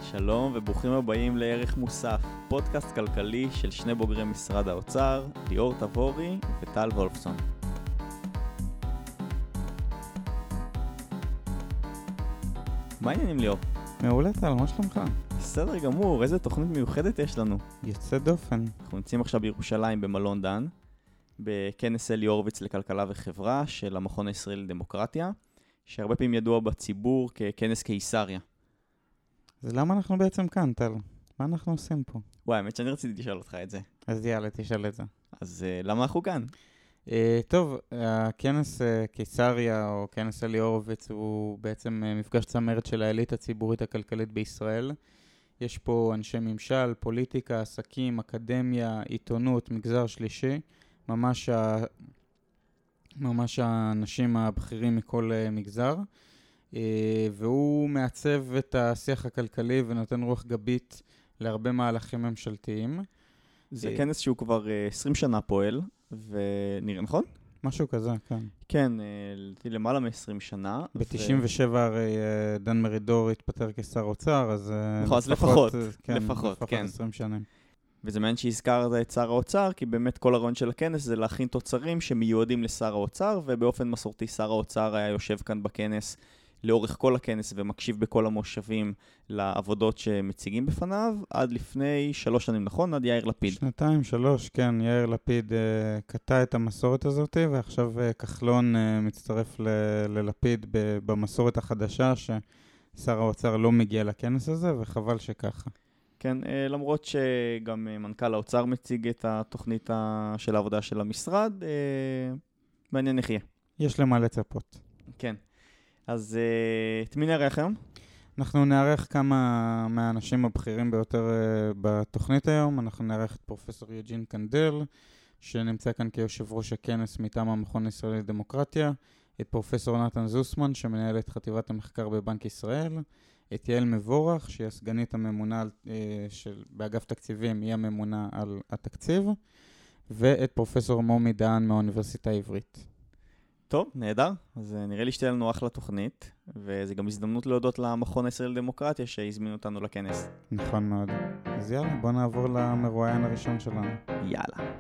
שלום וברוכים הבאים לערך מוסף, פודקאסט כלכלי של שני בוגרי משרד האוצר, ליאור תבורי וטל וולפסון. מה העניינים ליאור? מעולה טל, מה שלומך? בסדר גמור, איזה תוכנית מיוחדת יש לנו. יוצא דופן. אנחנו נמצאים עכשיו בירושלים במלון דן, בכנס אלי הורוביץ לכלכלה וחברה של המכון הישראלי לדמוקרטיה, שהרבה פעמים ידוע בציבור ככנס קיסריה. אז למה אנחנו בעצם כאן, טל? מה אנחנו עושים פה? וואי, האמת שאני רציתי לשאול אותך את זה. אז יאללה, תשאל את זה. אז למה אנחנו כאן? טוב, הכנס קיסריה או כנס אלי הורוביץ הוא בעצם מפגש צמרת של האליטה הציבורית הכלכלית בישראל. יש פה אנשי ממשל, פוליטיקה, עסקים, אקדמיה, עיתונות, מגזר שלישי. ממש האנשים הבכירים מכל מגזר. והוא מעצב את השיח הכלכלי ונותן רוח גבית להרבה מהלכים ממשלתיים. זה כנס שהוא כבר 20 שנה פועל, ונראה נכון? משהו כזה, כן. כן, למעלה מ-20 שנה. ב-97 הרי דן מרידור התפטר כשר אוצר, אז לפחות, כן. 20 שנים. וזה מעניין שהזכרת את שר האוצר, כי באמת כל הרעיון של הכנס זה להכין תוצרים שמיועדים לשר האוצר, ובאופן מסורתי שר האוצר היה יושב כאן בכנס לאורך כל הכנס ומקשיב בכל המושבים לעבודות שמציגים בפניו, עד לפני 3 שנים, נכון? עד יאיר לפיד. 2-3, כן, יאיר לפיד קטע את המסורת הזאת, ועכשיו כחלון מצטרף ללפיד במסורת החדשה, ששר האוצר לא מגיע לכנס הזה, וחבל שככה. כן, למרות שגם מנכ"ל האוצר מציג את התוכנית של העבודה של המשרד, מעניין איך יהיה. יש למה לצפות. כן. אז את מי נערך היום? אנחנו נערך כמה מהאנשים הבכירים ביותר בתוכנית היום. אנחנו נערך את פרופסור יוג'ין קנדל, שנמצא כאן כיושב ראש הכנס מטעם המכון הישראלי לדמוקרטיה, את פרופסור נתן זוסמן, שמנהל את חטיבת המחקר בבנק ישראל, את יעל מבורך, שהיא הסגנית הממונה באגף תקציבים, היא הממונה על התקציב, ואת פרופסור מומי דהן מהאוניברסיטה העברית. טוב, נהדר. אז נראה לי שתהיה לנו אחלה תוכנית, וזה גם הזדמנות להודות למכון הישראלי לדמוקרטיה שהזמינו אותנו לכנס. נכון מאוד. אז יאללה, בוא נעבור למרואיין הראשון שלנו. יאללה.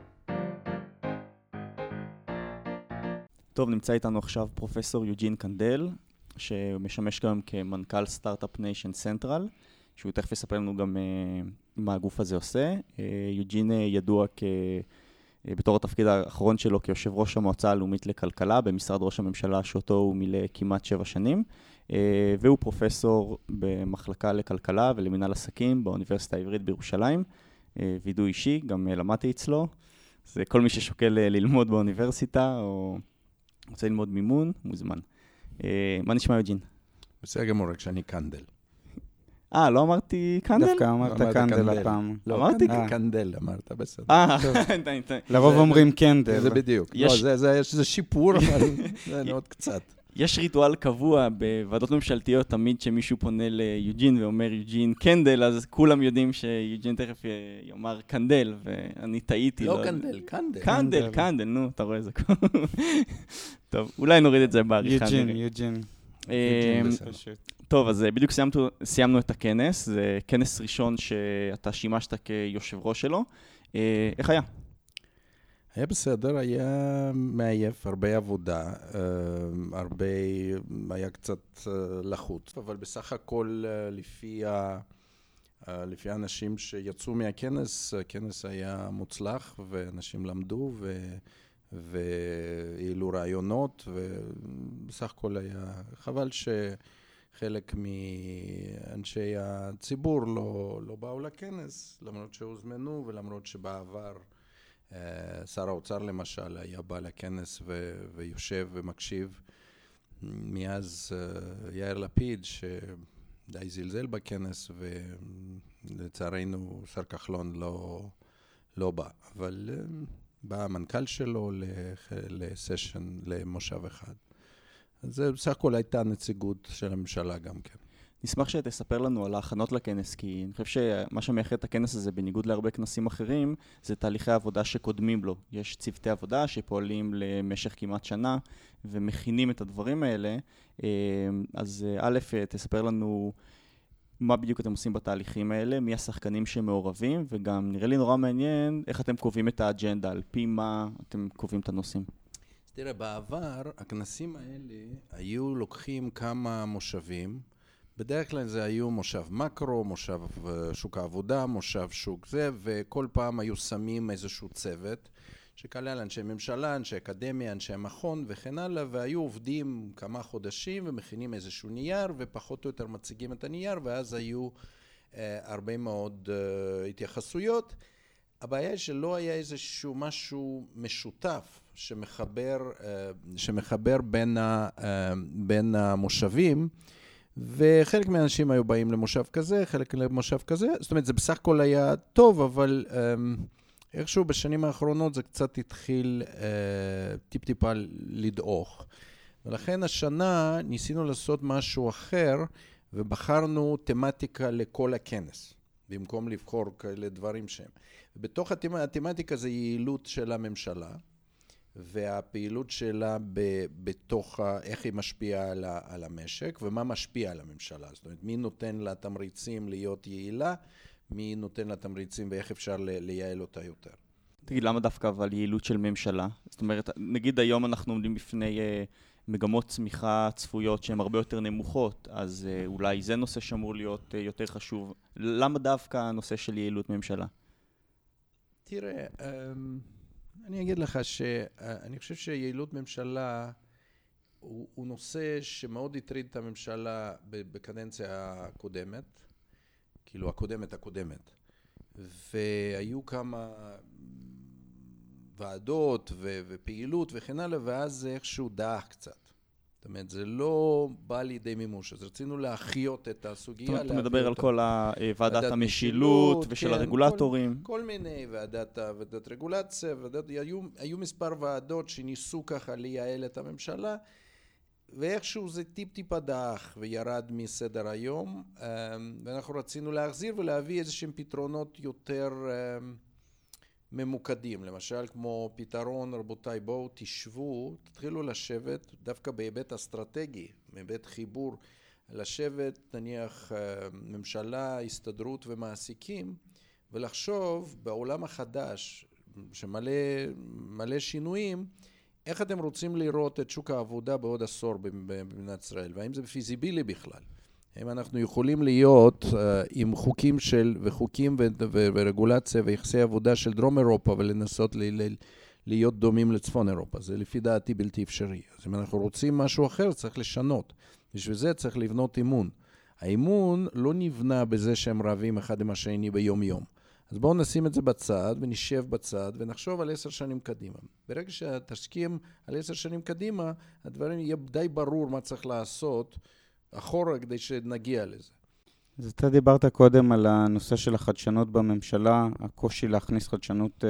טוב, נמצא איתנו עכשיו פרופסור יוג'ין קנדל, שמשמש גם כמנכ"ל סטארט-אפ ניישן סנטרל, שהוא תכף יספר לנו גם מה הגוף הזה עושה. יוג'ין ידוע בתור התפקיד האחרון שלו כיושב ראש המועצה הלאומית לכלכלה במשרד ראש הממשלה, שאותו הוא מילא כמעט 7 שנים, והוא פרופסור במחלקה לכלכלה ולמנהל עסקים באוניברסיטה העברית בירושלים. וידוי אישי, גם למדתי אצלו. זה כל מי ששוקל ללמוד באוניברסיטה או רוצה ללמוד מימון, מוזמן. מה נשמע יוג'ין? בסדר גמור, רק שאני קנדל. לא אמרתי קנדל? דווקא אמרת קנדל הפעם. לא, אמרתי קנדל, אמרת, בסדר. לרוב אומרים קנדל. זה בדיוק. זה שיפור, אבל זה עוד קצת. יש ריטואל קבוע בוועדות ממשלתיות, תמיד שמישהו פונה ליוג'ין ואומר יוג'ין קנדל, אז כולם יודעים שיוג'ין תכף יאמר קנדל, ואני טעיתי. לא קנדל, קנדל. קנדל, נו, אתה רואה זה. טוב, אולי נוריד את זה בעריכה. יוג'ין. טוב, אז בדיוק סיימנו את הכנס, זה כנס ראשון שאתה שימשת כיושב ראש שלו. איך היה? היה בסדר, היה מעייף, הרבה עבודה, היה קצת לחוץ, אבל בסך הכל לפי האנשים שיצאו מהכנס, הכנס היה מוצלח ואנשים למדו והעלו רעיונות, ובסך הכל היה חבל שחלק מאנשי הציבור לא באו לכנס, למרות שהוזמנו ולמרות שבעבר שר האוצר למשל היה בא לכנס ויושב ומקשיב. מאז יאיר לפיד שדי זלזל בכנס, ולצערנו שר כחלון לא בא, אבל בא המנכ"ל שלו לסשן, למושב אחד. אז זה בסך הכל הייתה נציגות של הממשלה גם כן. נשמח שתספר לנו על ההכנות לכנס, כי אני חושב שמה שמייחד את הכנס הזה, בניגוד להרבה כנסים אחרים, זה תהליכי עבודה שקודמים לו. יש צוותי עבודה שפועלים למשך כמעט שנה, ומכינים את הדברים האלה. אז א', תספר לנו מה בדיוק אתם עושים בתהליכים האלה, מי השחקנים שמעורבים, וגם נראה לי נורא מעניין איך אתם קובעים את האג'נדה, על פי מה אתם קובעים את הנושאים. אז תראה, בעבר הכנסים האלה היו לוקחים כמה מושבים, בדרך כלל זה היו מושב מקרו, מושב שוק העבודה, מושב שוק זה, וכל פעם היו שמים איזשהו צוות, שכלל אנשי ממשלה, אנשי אקדמיה, אנשי מכון וכן הלאה, והיו עובדים כמה חודשים ומכינים איזשהו נייר, ופחות או יותר מציגים את הנייר, ואז היו הרבה מאוד התייחסוות. הבעיה היא שלא היה איזשהו משהו משותף שמחבר בין המושבים, וחלק מהאנשים היו באים למושב כזה, חלק למושב כזה, זאת אומרת, זה בסך הכל היה טוב, אבל איכשהו בשנים האחרונות זה קצת התחיל טיפ-טיפה לדעוך. ולכן השנה ניסינו לעשות משהו אחר, ובחרנו תמטיקה לכל הכנס, במקום לבחור כאלה דברים שהם. בתוך התמטיקה זה יעילות של הממשלה, והפעילות שלה בתוך איך היא משפיעה על המשק, ומה משפיע על הממשלה. זאת אומרת, מי נותן לה תמריצים להיות יעילה, מי נותן לה תמריצים ואיך אפשר לייעל אותה יותר. תגיד, למה דווקא אבל יעילות של ממשלה? זאת אומרת, נגיד היום אנחנו עומדים בפני מגמות צמיחה צפויות שהן הרבה יותר נמוכות, אז אולי זה נושא שאמור להיות יותר חשוב. למה דווקא הנושא של יעילות ממשלה? תראה, אני אגיד לך שאני חושב שיעילות ממשלה הוא נושא שמאוד הטריד את הממשלה בקדנציה הקודמת, כאילו הקודמת. והיו כמה ועדות ופעילות וכן הלאה, ואז זה איכשהו דח קצת. זאת אומרת, זה לא בא לידי מימוש, אז רצינו להחיות את הסוגיה. אתה מדבר על כל ועדת המשילות ושל הרגולטורים. כל מיני ועדת רגולציה, היו מספר ועדות שניסו ככה לייעל את הממשלה, ואיכשהו זה טיפ-טיפה דח וירד מסדר היום, ואנחנו רצינו להחזיר ולהביא איזשהם פתרונות יותר ממוקדים, למשל כמו פתרון, רבותיי, בואו תשבו, תתחילו לשבת, דווקא בהיבט אסטרטגי, בהיבט חיבור, לשבת, נניח ממשלה, הסתדרות ומעסיקים, ולחשוב בעולם החדש, שמלא שינויים, איך אתם רוצים לראות את שוק העבודה בעוד עשור במדינת ישראל, והאם זה פיזיבילי בכלל? האם אנחנו יכולים להיות עם חוקים ורגולציה ויחסי עבודה של דרום אירופה ולנסות להיות דומים לצפון אירופה? זה לפי דעתי בלתי אפשרי. אז אם אנחנו רוצים משהו אחר, צריך לשנות. בשביל זה צריך לבנות אימון. האימון לא נבנה בזה שהם רבים אחד עם השני ביום יום. אז בואו נשים את זה בצד ונשב בצד ונחשוב על 10 שנים קדימה. ברגע שתשקיעים על 10 שנים קדימה, הדברים יהיה די ברור מה צריך לעשות אחורה כדי שנגיע לזה. אז אתה דיברת קודם על הנושא של החדשנות בממשלה, הקושי להכניס חדשנות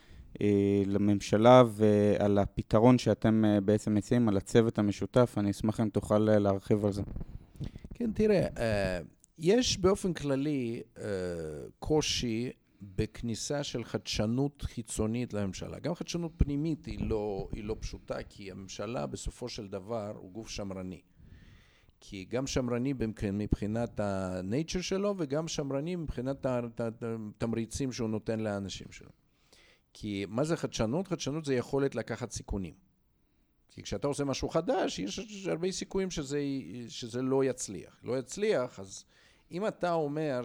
לממשלה, ועל הפתרון שאתם בעצם מציעים, על הצוות המשותף. אני אשמח אם תוכל להרחיב על זה. כן, תראה, יש באופן כללי קושי בכניסה של חדשנות חיצונית לממשלה. גם חדשנות פנימית היא לא פשוטה, כי הממשלה בסופו של דבר הוא גוף שמרני. כי גם שמרני מבחינת ה-nature שלו, וגם שמרני מבחינת התמריצים שהוא נותן לאנשים שלו. כי מה זה חדשנות? חדשנות זה יכולת לקחת סיכונים. כי כשאתה עושה משהו חדש, יש הרבה סיכויים שזה לא יצליח. לא יצליח, אז אם אתה אומר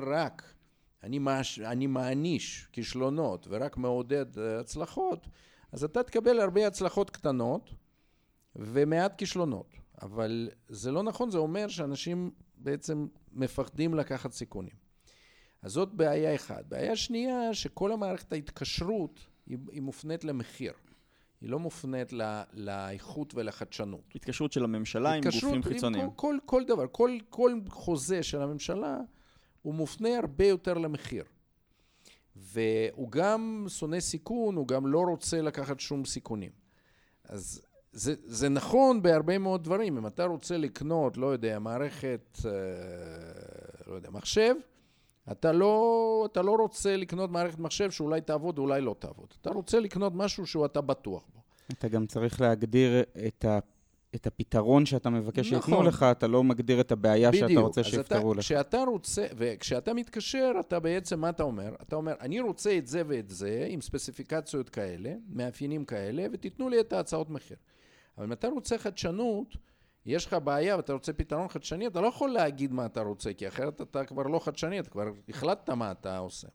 אני מעניש כישלונות ורק מעודד הצלחות, אז אתה תקבל הרבה הצלחות קטנות ומעט כישלונות. אבל זה לא נכון, זה אומר שאנשים בעצם מפחדים לקחת סיכונים. אז זאת בעיה אחת. בעיה שנייה, שכל המערכת ההתקשרות היא מופנית למחיר. היא לא מופנית לאיכות ולחדשנות. התקשרות של הממשלה עם גופים חיצוניים. כל דבר, כל חוזה של הממשלה הוא מופנה הרבה יותר למחיר. והוא גם שונא סיכון, הוא גם לא רוצה לקחת שום סיכונים. אז זה נכון בהרבה מאוד דברים. אם אתה רוצה לקנות, לא יודע, מערכת, לא יודע, מחשב, אתה לא רוצה לקנות מערכת מחשב שאולי תעבוד, אולי לא תעבוד. אתה רוצה לקנות משהו שאתה בטוח בו. אתה גם צריך להגדיר את את הפתרון שאתה מבקש שיתנו נכון. לך, אתה לא מגדיר את הבעיה שאתה רוצה שיפתרו לך. כשאתה רוצה, וכשאתה מתקשר, אתה בעצם, מה אתה אומר? אתה אומר, אני רוצה את זה ואת זה, עם ספציפיקציות כאלה, מאפיינים כאלה, ותיתנו לי את ההצעות מחיר. אבל אם אתה רוצה חדשנות, יש לך בעיה ואתה רוצה פתרון חדשני, אתה לא יכול להגיד מה אתה רוצה, כי אחרת אתה כבר לא חדשני, אתה כבר החלטת מה אתה עושה.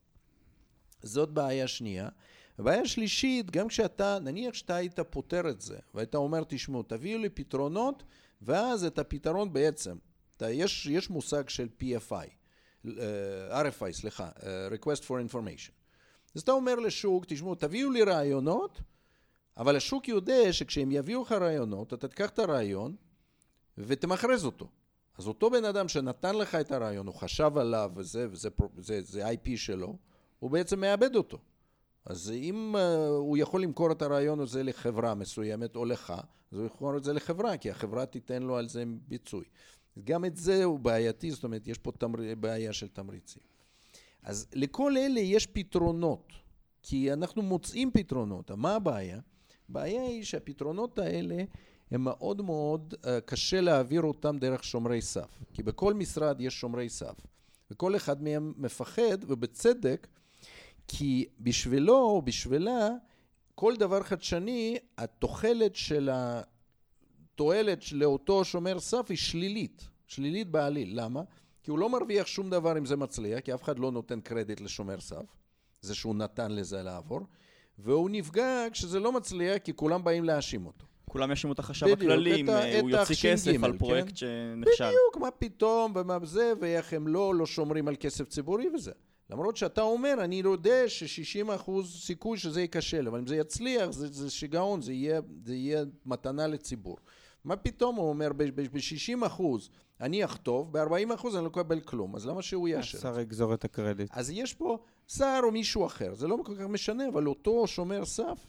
זאת בעיה שנייה. הבעיה שלישית, גם כשאתה, נניח שאתה היית פותר את זה, והיית אומר, תשמעו, תביאו לי פתרונות, ואז את הפתרון בעצם, יש מושג של PFI, RFI, סליחה, Request for Information. אז אתה אומר לשוק, תשמעו, תביאו לי רעיונות, אבל השוק יודע שכשהם יביאו לך רעיונות, אתה תיקח את הרעיון, ותמחרז אותו. אז אותו בן אדם שנתן לך את הרעיון, הוא חשב עליו, וזה IP שלו, הוא בעצם מאבד אותו. אז אם הוא יכול למכור את הרעיון הזה לחברה מסוימת או לך, אז הוא יכול את זה לחברה, כי החברה תיתן לו על זה ביצוי. גם את זה הוא בעייתי, זאת אומרת, יש פה בעיה של תמריצים. אז לכל אלה יש פתרונות, כי אנחנו מוצאים פתרונות. מה הבעיה? הבעיה היא שהפתרונות האלה הם מאוד מאוד קשה להעביר אותם דרך שומרי סף. כי בכל משרד יש שומרי סף, וכל אחד מהם מפחד, ובצדק, כי בשבילו או בשבילה, כל דבר חדשני, התוחלת של התועלת לאותו שומר סף היא שלילית, שלילית בעליל. למה? כי הוא לא מרוויח שום דבר אם זה מצליח, כי אף אחד לא נותן קרדיט לשומר סף, זה שהוא נתן לזה לעבור, והוא נפגע כשזה לא מצליח, כי כולם באים להאשים אותו. כולם יאשימו את החשב הכללי, אם הוא יוציא כסף על פרויקט שנכשל. בדיוק, מה פתאום, ומה זה, ואיך הם לא שומרים על כסף ציבורי וזה. למרות שאתה אומר, אני יודע ש60% סיכוי שזה ייכשל, אבל אם זה יצליח, זה שיגעון, זה יהיה מתנה לציבור. מה פתאום הוא אומר, ב60% אני אכתוב, ב40% אני לא אקבל כלום, אז למה שהוא יאשר? השר יגזור את הקרדיט. אז יש פה שר או מישהו אחר, זה לא כל כך משנה, אבל אותו שומר סף,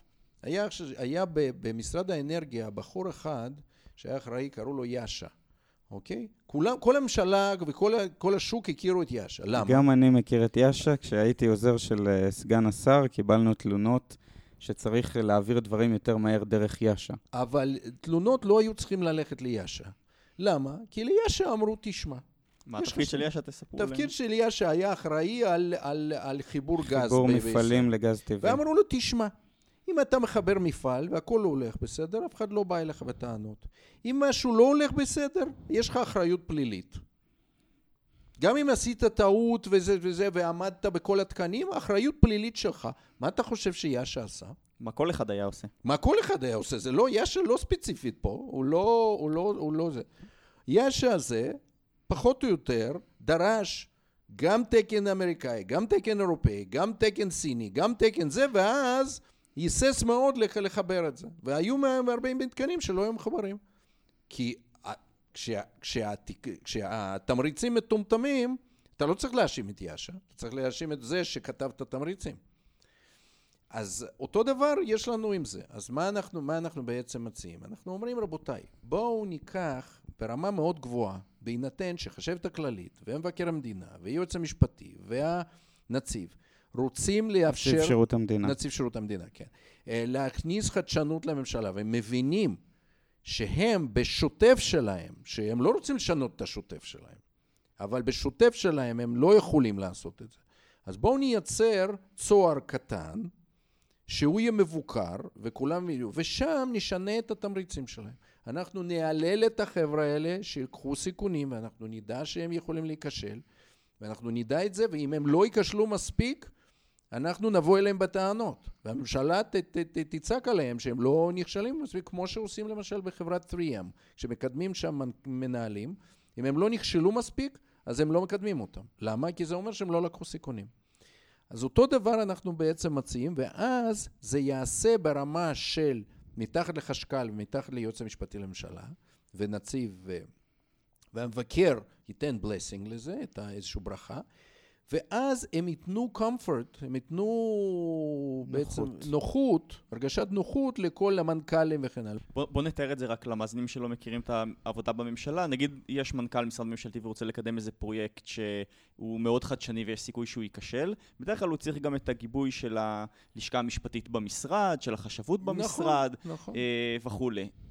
היה במשרד האנרגיה בחור אחד שהיה אחראי, קראו לו יאשה. אוקיי? כל הממשלה וכל השוק הכירו את יאשה. למה? גם אני מכיר את יאשה. כשהייתי עוזר של סגן השר, קיבלנו תלונות שצריך להעביר דברים יותר מהר דרך יאשה. אבל תלונות לא היו צריכים ללכת ליאשה. למה? כי ליאשה אמרו, תשמע. מה התפקיד של יאשה? תספרו להם. התפקיד של יאשה היה אחראי על חיבור גז. חיבור מפעלים לגז טבעי. ואמרו לו, תשמע. אם אתה מחבר מפעל והכל לא הולך בסדר, אף אחד לא בא אליך בטענות. אם משהו לא הולך בסדר, יש לך אחריות פלילית. גם אם עשית טעות וזה ועמדת בכל התקנים, האחריות פלילית שלך. מה אתה חושב שיאשה עשה? מה כל אחד היה עושה? מה כל אחד היה עושה? זה לא, יאשה לא ספציפית פה, הוא לא זה. יאשה הזה, פחות או יותר, דרש גם תקן אמריקאי, גם תקן אירופאי, גם תקן סיני, גם תקן זה, ואז ייסס מאוד לחבר את זה. והיו הרבה מתקנים שלא היו מחברים. כי כשהתמריצים מטומטמים, אתה לא צריך להאשים את יאשה, אתה צריך להאשים את זה שכתב את התמריצים. אז אותו דבר יש לנו עם זה. אז מה אנחנו בעצם מציעים? אנחנו אומרים, רבותיי, בואו ניקח ברמה מאוד גבוהה, בהינתן שחשבת הכללית, ומבקר המדינה, ויועץ המשפטי, והנציב, רוצים לאפשר... נציב שירות המדינה. נציב שירות המדינה, כן. להכניס חדשנות לממשלה, והם מבינים שהם בשוטף שלהם, שהם לא רוצים לשנות את השוטף שלהם, אבל בשוטף שלהם הם לא יכולים לעשות את זה. אז בואו נייצר צוהר קטן, שהוא יהיה מבוקר, וכולם יהיו, ושם נשנה את התמריצים שלהם. אנחנו נעלל את החבר'ה האלה שיקחו סיכונים, ואנחנו נדע שהם יכולים להיכשל, ואנחנו נדע את זה, ואם הם לא ייכשלו מספיק, אנחנו נבוא אליהם בטענות, והממשלה תצעק עליהם שהם לא נכשלים מספיק, כמו שעושים למשל בחברת 3M, כשמקדמים שם מנהלים, אם הם לא נכשלו מספיק, אז הם לא מקדמים אותם. למה? כי זה אומר שהם לא לקחו סיכונים. אז אותו דבר אנחנו בעצם מציעים, ואז זה יעשה ברמה של מתחת לחשכ"ל ומתחת ליועץ המשפטי לממשלה, ונציב והמבקר ייתן blessing לזה, את איזושהי ברכה, ואז הם ייתנו comfort, הם ייתנו בעצם נוחות, הרגשת נוחות לכל המנכ"לים וכן הלאה. בוא נתאר את זה רק למאזינים שלא מכירים את העבודה בממשלה. נגיד יש מנכ"ל משרד ממשלתי ורוצה לקדם איזה פרויקט שהוא מאוד חדשני ויש סיכוי שהוא ייכשל. בדרך כלל הוא צריך גם את הגיבוי של הלשכה המשפטית במשרד, של החשבות במשרד וכו'.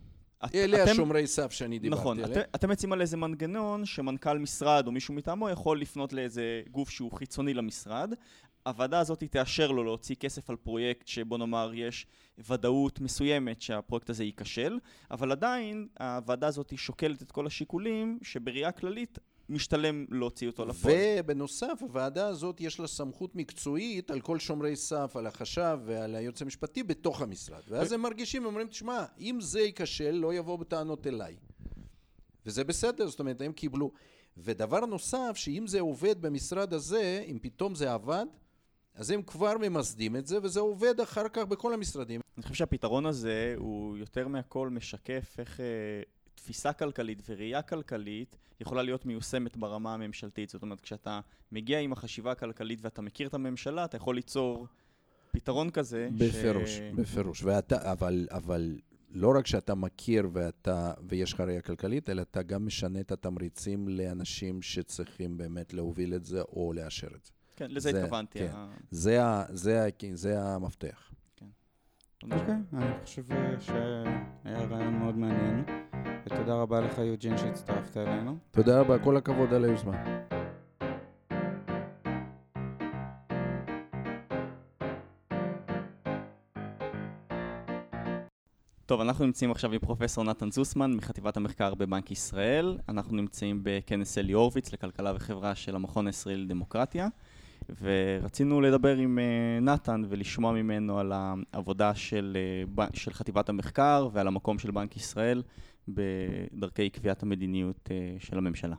אלה השומרי סף שאני דיברתי עליהם. נכון, אתם מציעים על איזה מנגנון שמנכ"ל משרד או מישהו מטעמו יכול לפנות לאיזה גוף שהוא חיצוני למשרד. הוועדה הזאת תאשר לו להוציא כסף על פרויקט שבוא נאמר יש ודאות מסוימת שהפרויקט הזה ייכשל, אבל עדיין הוועדה הזאת שוקלת את כל השיקולים שבראייה כללית משתלם להוציא אותו לפועל. ובנוסף, הוועדה הזאת יש לה סמכות מקצועית על כל שומרי סף, על החשב ועל היועץ המשפטי בתוך המשרד. ואז הם מרגישים, הם אומרים, תשמע, אם זה ייכשל, לא יבוא בטענות אליי. וזה בסדר, זאת אומרת, הם קיבלו. ודבר נוסף, שאם זה עובד במשרד הזה, אם פתאום זה עבד, אז הם כבר ממסדים את זה, וזה עובד אחר כך בכל המשרדים. אני חושב שהפתרון הזה הוא יותר מהכל משקף איך תפיסה כלכלית וראייה כלכלית יכולה להיות מיושמת ברמה הממשלתית. זאת אומרת, כשאתה מגיע עם החשיבה הכלכלית ואתה מכיר את הממשלה, אתה יכול ליצור פתרון כזה. בפירוש. אבל לא רק שאתה מכיר ויש לך ראייה כלכלית, אלא אתה גם משנה את התמריצים לאנשים שצריכים באמת להוביל את זה או לאשר את זה. כן, לזה התכוונתי. כן. זה המפתח. אוקיי, אני חושב שהיה רעיון מאוד מעניין. ותודה רבה לך, יוג'ין, שהצטרפת אלינו. תודה רבה, כל הכבוד על היוזמה. טוב, אנחנו נמצאים עכשיו עם פרופסור נתן זוסמן מחטיבת המחקר בבנק ישראל. אנחנו נמצאים בכנס אלי הורוביץ לכלכלה וחברה של המכון הישראלי לדמוקרטיה. ורצינו לדבר עם נתן ולשמוע ממנו על העבודה של חטיבת המחקר ועל המקום של בנק ישראל בדרכי קביעת המדיניות של הממשלה.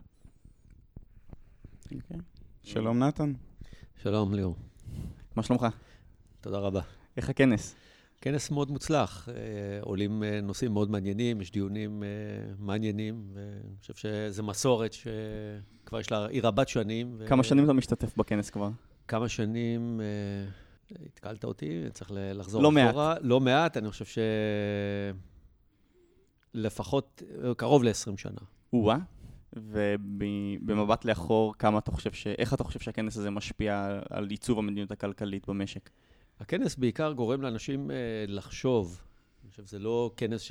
שלום נתן. שלום ליאור. מה שלומך? תודה רבה. איך הכנס? כנס מאוד מוצלח, עולים נושאים מאוד מעניינים, יש דיונים מעניינים, ואני חושב שזה מסורת שכבר יש לה עיר רבת שנים. כמה שנים אתה משתתף בכנס כבר? כמה שנים, התקלת אותי, צריך לחזור לא אחורה. מעט. לא מעט, אני חושב שלפחות קרוב ל-20 שנה. ובמבט לאחור, איך אתה חושב שהכנס הזה משפיע על עיצוב המדיניות הכלכלית במשק? הכנס בעיקר גורם לאנשים לחשוב. אני חושב, זה לא כנס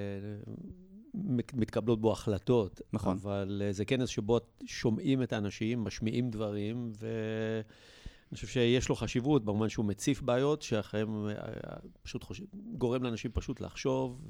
שמתקבלות בו החלטות. נכון. אבל זה כנס שבו שומעים את האנשים, משמיעים דברים, ואני חושב שיש לו חשיבות במובן שהוא מציף בעיות, שאחריהם פשוט גורם לאנשים פשוט לחשוב,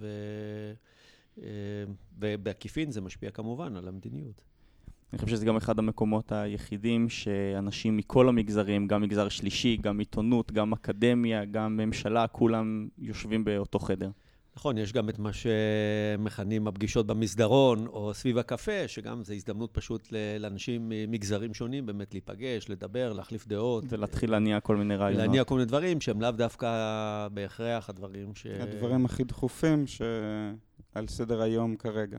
ובעקיפין זה משפיע כמובן על המדיניות. אני חושב שזה גם אחד המקומות היחידים שאנשים מכל המגזרים, גם מגזר שלישי, גם עיתונות, גם אקדמיה, גם ממשלה, כולם יושבים באותו חדר. נכון, יש גם את מה שמכנים הפגישות במסדרון או סביב הקפה, שגם זה הזדמנות פשוט לאנשים ממגזרים שונים באמת להיפגש, לדבר, להחליף דעות. ולהתחיל להניע כל מיני רעיונות. להניע כל מיני דברים שהם לאו דווקא בהכרח הדברים הדברים הכי דחופים שעל סדר היום כרגע.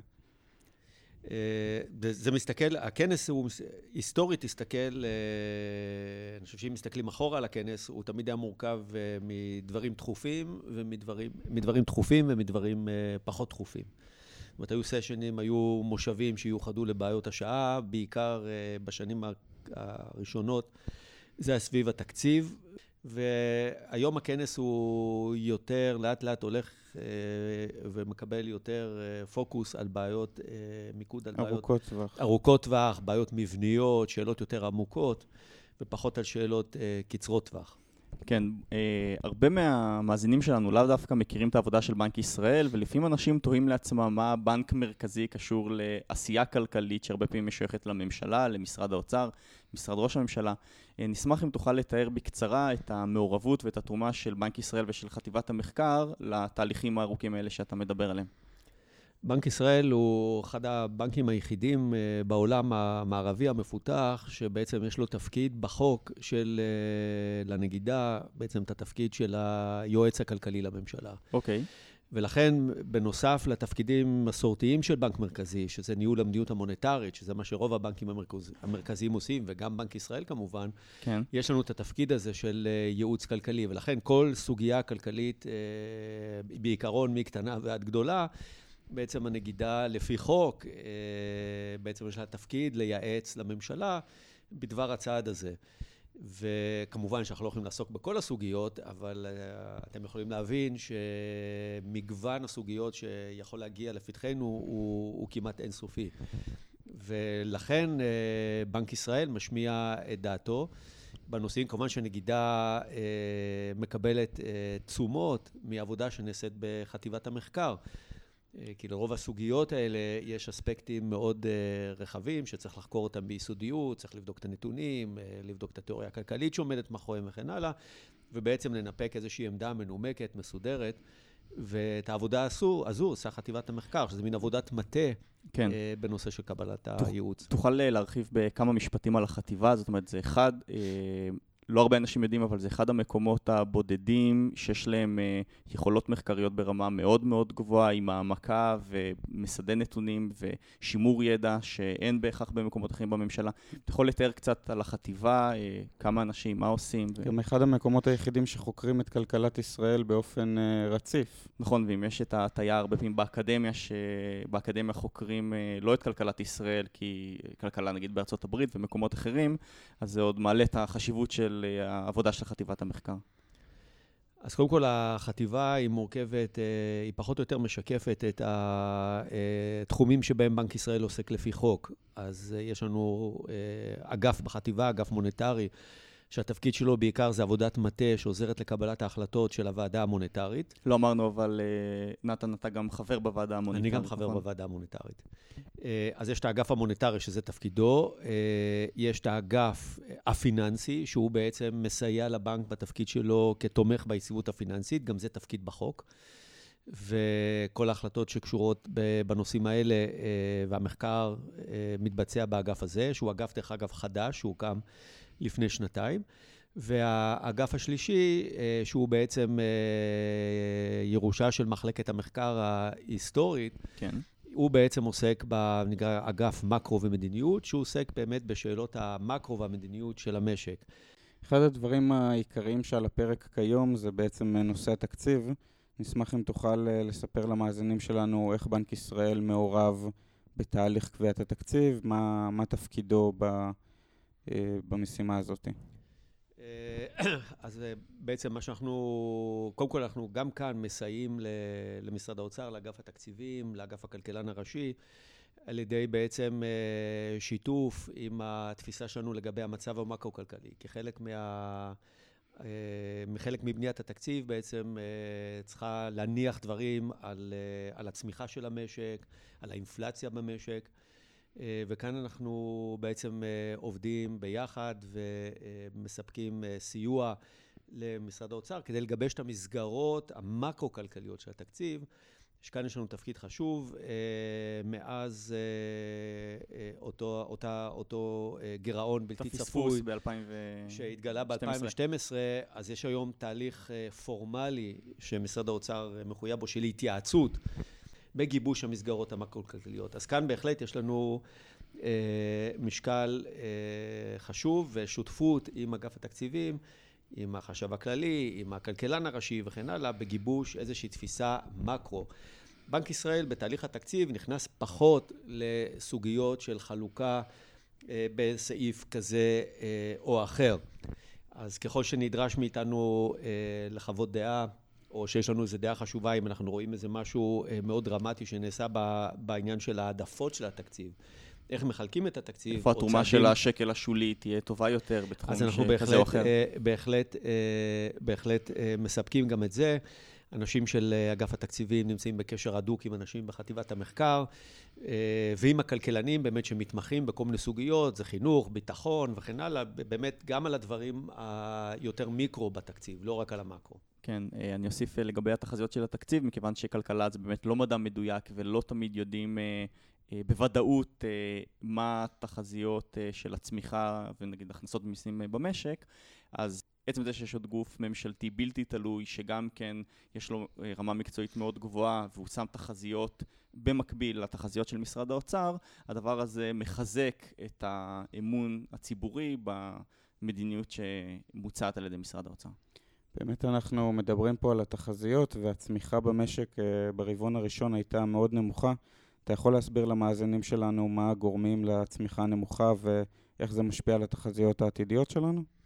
זה מסתכל, הכנס הוא היסטורית הסתכל, אני חושב שאם מסתכלים אחורה על הכנס, הוא תמיד היה מורכב מדברים דחופים ומדברים דחופים ומדברים פחות דחופים. זאת אומרת, היו סשנים, היו מושבים שיוחדו לבעיות השעה, בעיקר בשנים הראשונות, זה היה סביב התקציב, והיום הכנס הוא יותר, לאט לאט הולך ומקבל יותר פוקוס על בעיות, מיקוד על בעיות ארוכות טווח, בעיות מבניות, שאלות יותר עמוקות, ופחות על שאלות קצרות טווח. כן, הרבה מהמאזינים שלנו לאו דווקא מכירים את העבודה של בנק ישראל, ולפעמים אנשים תוהים לעצמם מה בנק מרכזי קשור לעשייה כלכלית שהרבה פעמים משויכת לממשלה, למשרד האוצר, משרד ראש הממשלה. נשמח אם תוכל לתאר בקצרה את המעורבות ואת התרומה של בנק ישראל ושל חטיבת המחקר לתהליכים הארוכים האלה שאתה מדבר עליהם. בנק ישראל הוא אחד הבנקים היחידים בעולם המערבי המפותח, שבעצם יש לו תפקיד בחוק של לנגידה, בעצם את התפקיד של היועץ הכלכלי לממשלה. אוקיי. ולכן, בנוסף לתפקידים מסורתיים של בנק מרכזי, שזה ניהול המדיניות המוניטרית, שזה מה שרוב הבנקים המרכזיים עושים, וגם בנק ישראל כמובן, כן. יש לנו את התפקיד הזה של ייעוץ כלכלי, ולכן כל סוגיה כלכלית, בעיקרון מקטנה ועד גדולה, בעצם הנגידה לפי חוק, בעצם יש לה תפקיד לייעץ לממשלה בדבר הצעד הזה. וכמובן שאנחנו לא יכולים לעסוק בכל הסוגיות, אבל אתם יכולים להבין שמגוון הסוגיות שיכול להגיע לפתחנו הוא כמעט אינסופי. ולכן בנק ישראל משמיע את דעתו בנושאים, כמובן שנגידה מקבלת תשומות מעבודה שנעשית בחטיבת המחקר. כי לרוב הסוגיות האלה יש אספקטים מאוד רחבים שצריך לחקור אותם ביסודיות, צריך לבדוק את הנתונים, לבדוק את התיאוריה הכלכלית שעומדת מאחוריהם וכן הלאה, ובעצם לנפק איזושהי עמדה מנומקת, מסודרת, ואת העבודה הזו עושה חטיבת המחקר, שזה מין עבודת מטה כן. בנושא של קבלת הייעוץ. תוכל להרחיב בכמה משפטים על החטיבה, זאת אומרת, זה אחד... לא הרבה אנשים יודעים, אבל זה אחד המקומות הבודדים שיש להם יכולות מחקריות ברמה מאוד מאוד גבוהה, עם העמקה ומסדי נתונים ושימור ידע שאין בהכרח במקומות אחרים בממשלה. אתה יכול לתאר קצת על החטיבה, כמה אנשים, מה עושים? גם אחד המקומות היחידים שחוקרים את כלכלת ישראל באופן רציף. נכון, ואם יש את ההטיה הרבה פעמים באקדמיה, שבאקדמיה חוקרים לא את כלכלת ישראל, כי כלכלה נגיד בארצות הברית ומקומות אחרים, אז זה עוד מעלה את החשיבות של העבודה של חטיבת המחקר. אז קודם כל, החטיבה היא מורכבת, היא פחות או יותר משקפת את התחומים שבהם בנק ישראל עוסק לפי חוק. אז יש לנו אגף בחטיבה, אגף מוניטרי, שהתפקיד שלו בעיקר זה עבודת מטה שעוזרת לקבלת ההחלטות של הוועדה המוניטרית. לא אמרנו, אבל נתן, אתה גם חבר בוועדה המוניטרית. אני גם חבר בוועדה המוניטרית. אז יש את האגף המוניטרי שזה תפקידו, יש את האגף הפיננסי שהוא בעצם מסייע לבנק בתפקיד שלו כתומך ביציבות הפיננסית, גם זה תפקיד בחוק. וכל ההחלטות שקשורות בנושאים האלה והמחקר מתבצע באגף הזה, שהוא אגף דרך אגב חדש, שהוא קם לפני שנתיים, והאגף השלישי, שהוא בעצם ירושה של מחלקת המחקר ההיסטורית, כן. הוא בעצם עוסק בנקרא אגף מקרו ומדיניות, שהוא עוסק באמת בשאלות המקרו והמדיניות של המשק. אחד הדברים העיקריים שעל הפרק כיום זה בעצם נושא התקציב. נשמח אם תוכל לספר למאזינים שלנו איך בנק ישראל מעורב בתהליך קביעת התקציב, מה תפקידו במשימה הזאת. אז בעצם מה שאנחנו, קודם כל אנחנו גם כאן מסייעים למשרד האוצר, לאגף התקציבים, לאגף הכלכלן הראשי, על ידי בעצם שיתוף עם התפיסה שלנו לגבי המצב המקרו-כלכלי. כחלק מבניית התקציב בעצם צריכה להניח דברים על הצמיחה של המשק, על האינפלציה במשק, וכאן אנחנו בעצם עובדים ביחד ומספקים סיוע למשרד האוצר כדי לגבש את המסגרות המקרו-כלכליות של התקציב. שכאן יש לנו תפקיד חשוב, מאז אותו גירעון בלתי צפוי שהתגלה ב-2012, אז יש היום תהליך פורמלי שמשרד האוצר מחויב בו של התייעצות בגיבוש המסגרות המקרו-כלכליות. אז כאן בהחלט יש לנו משקל חשוב ושותפות עם אגף התקציבים, עם החשב הכללי, עם הכלכלן הראשי וכן הלאה, בגיבוש איזושהי תפיסה מקרו. בנק ישראל בתהליך התקציב נכנס פחות לסוגיות של חלוקה בסעיף כזה או אחר. אז ככל שנדרש מאיתנו לחוות דעה, או שיש לנו איזו דעה חשובה, אם אנחנו רואים איזה משהו מאוד דרמטי שנעשה בעניין של העדפות של התקציב, איך מחלקים את התקציב. איפה התרומה של השקל השולי תהיה טובה יותר בתחום כזה או אחר? אז אנחנו בהחלט מספקים גם את זה. אנשים של אגף התקציבים נמצאים בקשר הדוק עם אנשים בחטיבת המחקר, ועם הכלכלנים באמת שמתמחים בכל מיני סוגיות, זה חינוך, ביטחון וכן הלאה, באמת גם על הדברים היותר מיקרו בתקציב, לא רק על המקרו. כן, אני אוסיף לגבי התחזיות של התקציב, מכיוון שכלכלה זה באמת לא מדע מדויק ולא תמיד יודעים בוודאות מה התחזיות של הצמיחה ונגיד הכנסות במיסים במשק, אז עצם זה שיש עוד גוף ממשלתי בלתי תלוי, שגם כן יש לו רמה מקצועית מאוד גבוהה, והוא שם תחזיות במקביל לתחזיות של משרד האוצר, הדבר הזה מחזק את האמון הציבורי במדיניות שמוצעת על ידי משרד האוצר. באמת אנחנו מדברים פה על התחזיות, והצמיחה במשק ברבעון הראשון הייתה מאוד נמוכה. אתה יכול להסביר למאזינים שלנו מה הגורמים לצמיחה הנמוכה ואיך זה משפיע על התחזיות העתידיות שלנו?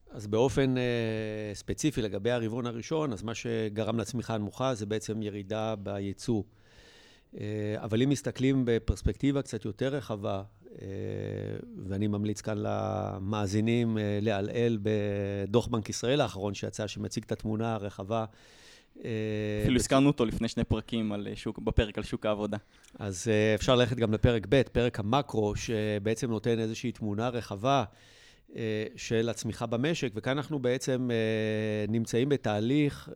אז באופן ספציפי לגבי הרבעון הראשון, אז מה שגרם לצמיחה הנמוכה זה בעצם ירידה בייצוא. אבל אם מסתכלים בפרספקטיבה קצת יותר רחבה, ואני ממליץ כאן למאזינים לעלעל בדוח בנק ישראל האחרון שיצא, שמציג את התמונה הרחבה. אפילו הזכרנו אותו לפני 2 פרקים בפרק על שוק העבודה. אז אפשר ללכת גם לפרק ב', פרק המקרו, שבעצם נותן איזושהי תמונה רחבה של הצמיחה במשק, וכאן אנחנו בעצם נמצאים בתהליך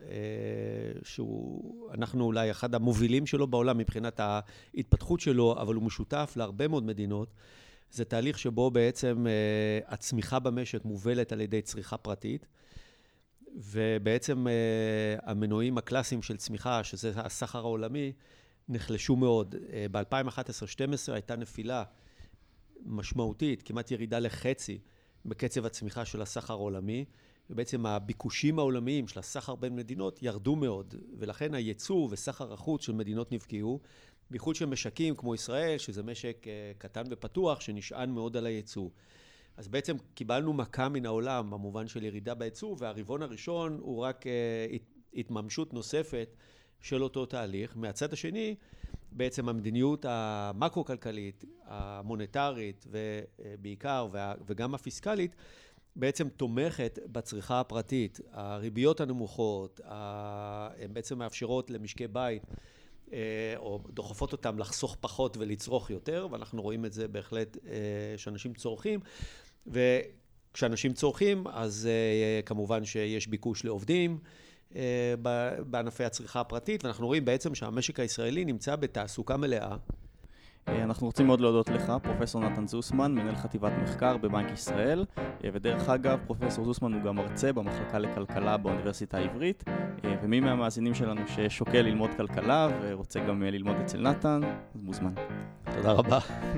שאנחנו אולי אחד המובילים שלו בעולם מבחינת ההתפתחות שלו, אבל הוא משותף להרבה מאוד מדינות. זה תהליך שבו בעצם הצמיחה במשק מובלת על ידי צריכה פרטית, ובעצם המנועים הקלאסיים של צמיחה, שזה הסחר העולמי, נחלשו מאוד. ב-2011-2012 הייתה נפילה משמעותית, כמעט ירידה לחצי, בקצב הצמיחה של הסחר העולמי, ובעצם הביקושים העולמיים של הסחר בין מדינות ירדו מאוד, ולכן הייצוא וסחר החוץ של מדינות נפגעו, בייחוד של משקים כמו ישראל, שזה משק קטן ופתוח, שנשען מאוד על הייצוא. אז בעצם קיבלנו מכה מן העולם, במובן של ירידה בייצוא, והרבעון הראשון הוא רק התממשות נוספת של אותו תהליך. מהצד השני, בעצם המדיניות המקרו-כלכלית, המוניטרית ובעיקר, וגם הפיסקלית, בעצם תומכת בצריכה הפרטית. הריביות הנמוכות, הן בעצם מאפשרות למשקי בית, או דוחפות אותם לחסוך פחות ולצרוך יותר, ואנחנו רואים את זה בהחלט שאנשים צורכים, וכשאנשים צורכים, אז כמובן שיש ביקוש לעובדים, בענפי הצריכה הפרטית, ואנחנו רואים בעצם שהמשק הישראלי נמצא בתעסוקה מלאה. אנחנו רוצים מאוד להודות לך, פרופסור נתן זוסמן, מנהל חטיבת מחקר בבנק ישראל, ודרך אגב, פרופסור זוסמן הוא גם מרצה במחלקה לכלכלה באוניברסיטה העברית, ומי מהמאזינים שלנו ששוקל ללמוד כלכלה ורוצה גם ללמוד אצל נתן, אז מוזמן. תודה רבה.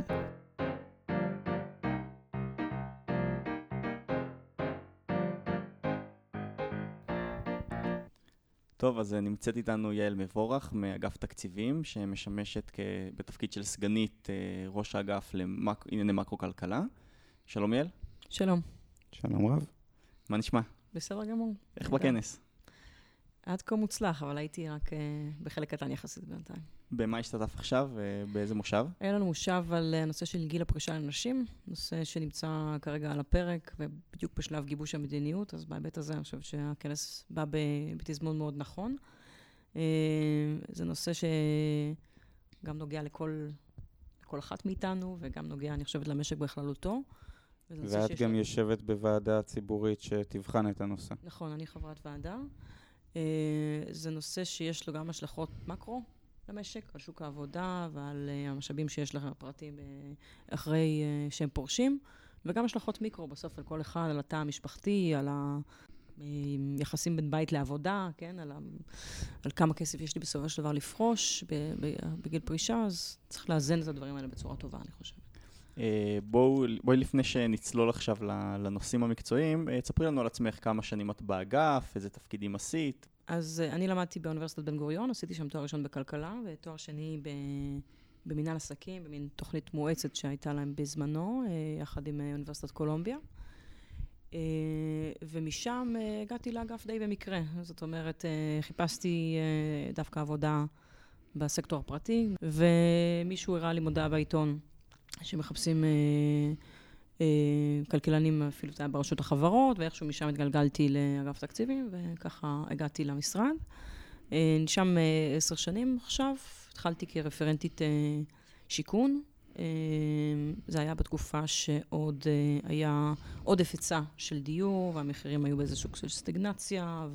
טוב, אז נמצאת איתנו יעל מבורך מאגף תקציבים, שמשמשת בתפקיד של סגנית ראש האגף לענייני מקרו-כלכלה. שלום יעל. שלום. שלום רב. מה נשמע? בסדר גמור. איך בכנס? עד כה מוצלח, אבל הייתי רק בחלק קטן יחסית בינתיים. במה השתתף עכשיו? באיזה מושב? היה לנו מושב על הנושא של גיל הפרישה לנשים, נושא שנמצא כרגע על הפרק, ובדיוק בשלב גיבוש המדיניות, אז בהיבט הזה אני חושבת שהכנס בא בתזמון מאוד נכון. זה נושא שגם נוגע לכל אחת מאיתנו, וגם נוגע, אני חושבת, למשק בכללותו. ואת גם יושבת בוועדה ציבורית שתבחן את הנושא. נכון, אני חברת ועדה. זה נושא שיש לו גם השלכות מקרו למשק, על שוק העבודה ועל המשאבים שיש לכם הפרטים אחרי שהם פורשים, וגם השלכות מיקרו בסוף על כל אחד, על התא המשפחתי, על היחסים בין בית לעבודה, כן? על כמה כסף יש לי בסופו של דבר לפרוש בגיל פרישה, אז צריך לאזן את הדברים האלה בצורה טובה, אני חושבת. בואי לפני שנצלול עכשיו לנושאים המקצועיים, תספרי לנו על עצמך כמה שנים את באגף, איזה תפקידים עשית. אז אני למדתי באוניברסיטת בן גוריון, עשיתי שם תואר ראשון בכלכלה, ותואר שני במנהל עסקים, במין תוכנית מואצת שהייתה להם בזמנו, יחד עם אוניברסיטת קולומביה. ומשם הגעתי לאגף די במקרה. זאת אומרת, חיפשתי דווקא עבודה בסקטור הפרטי, ומישהו הראה לי מודעה בעיתון, שמחפשים כלכלנים אפילו ברשות החברות, ואיכשהו משם התגלגלתי לאגף תקציבים, וככה הגעתי למשרד. שם 10 שנים עכשיו, התחלתי כרפרנטית שיכון. זה היה בתקופה שעוד היה עודף היצע של דיור, והמחירים היו באיזה סוג של סטגנציה,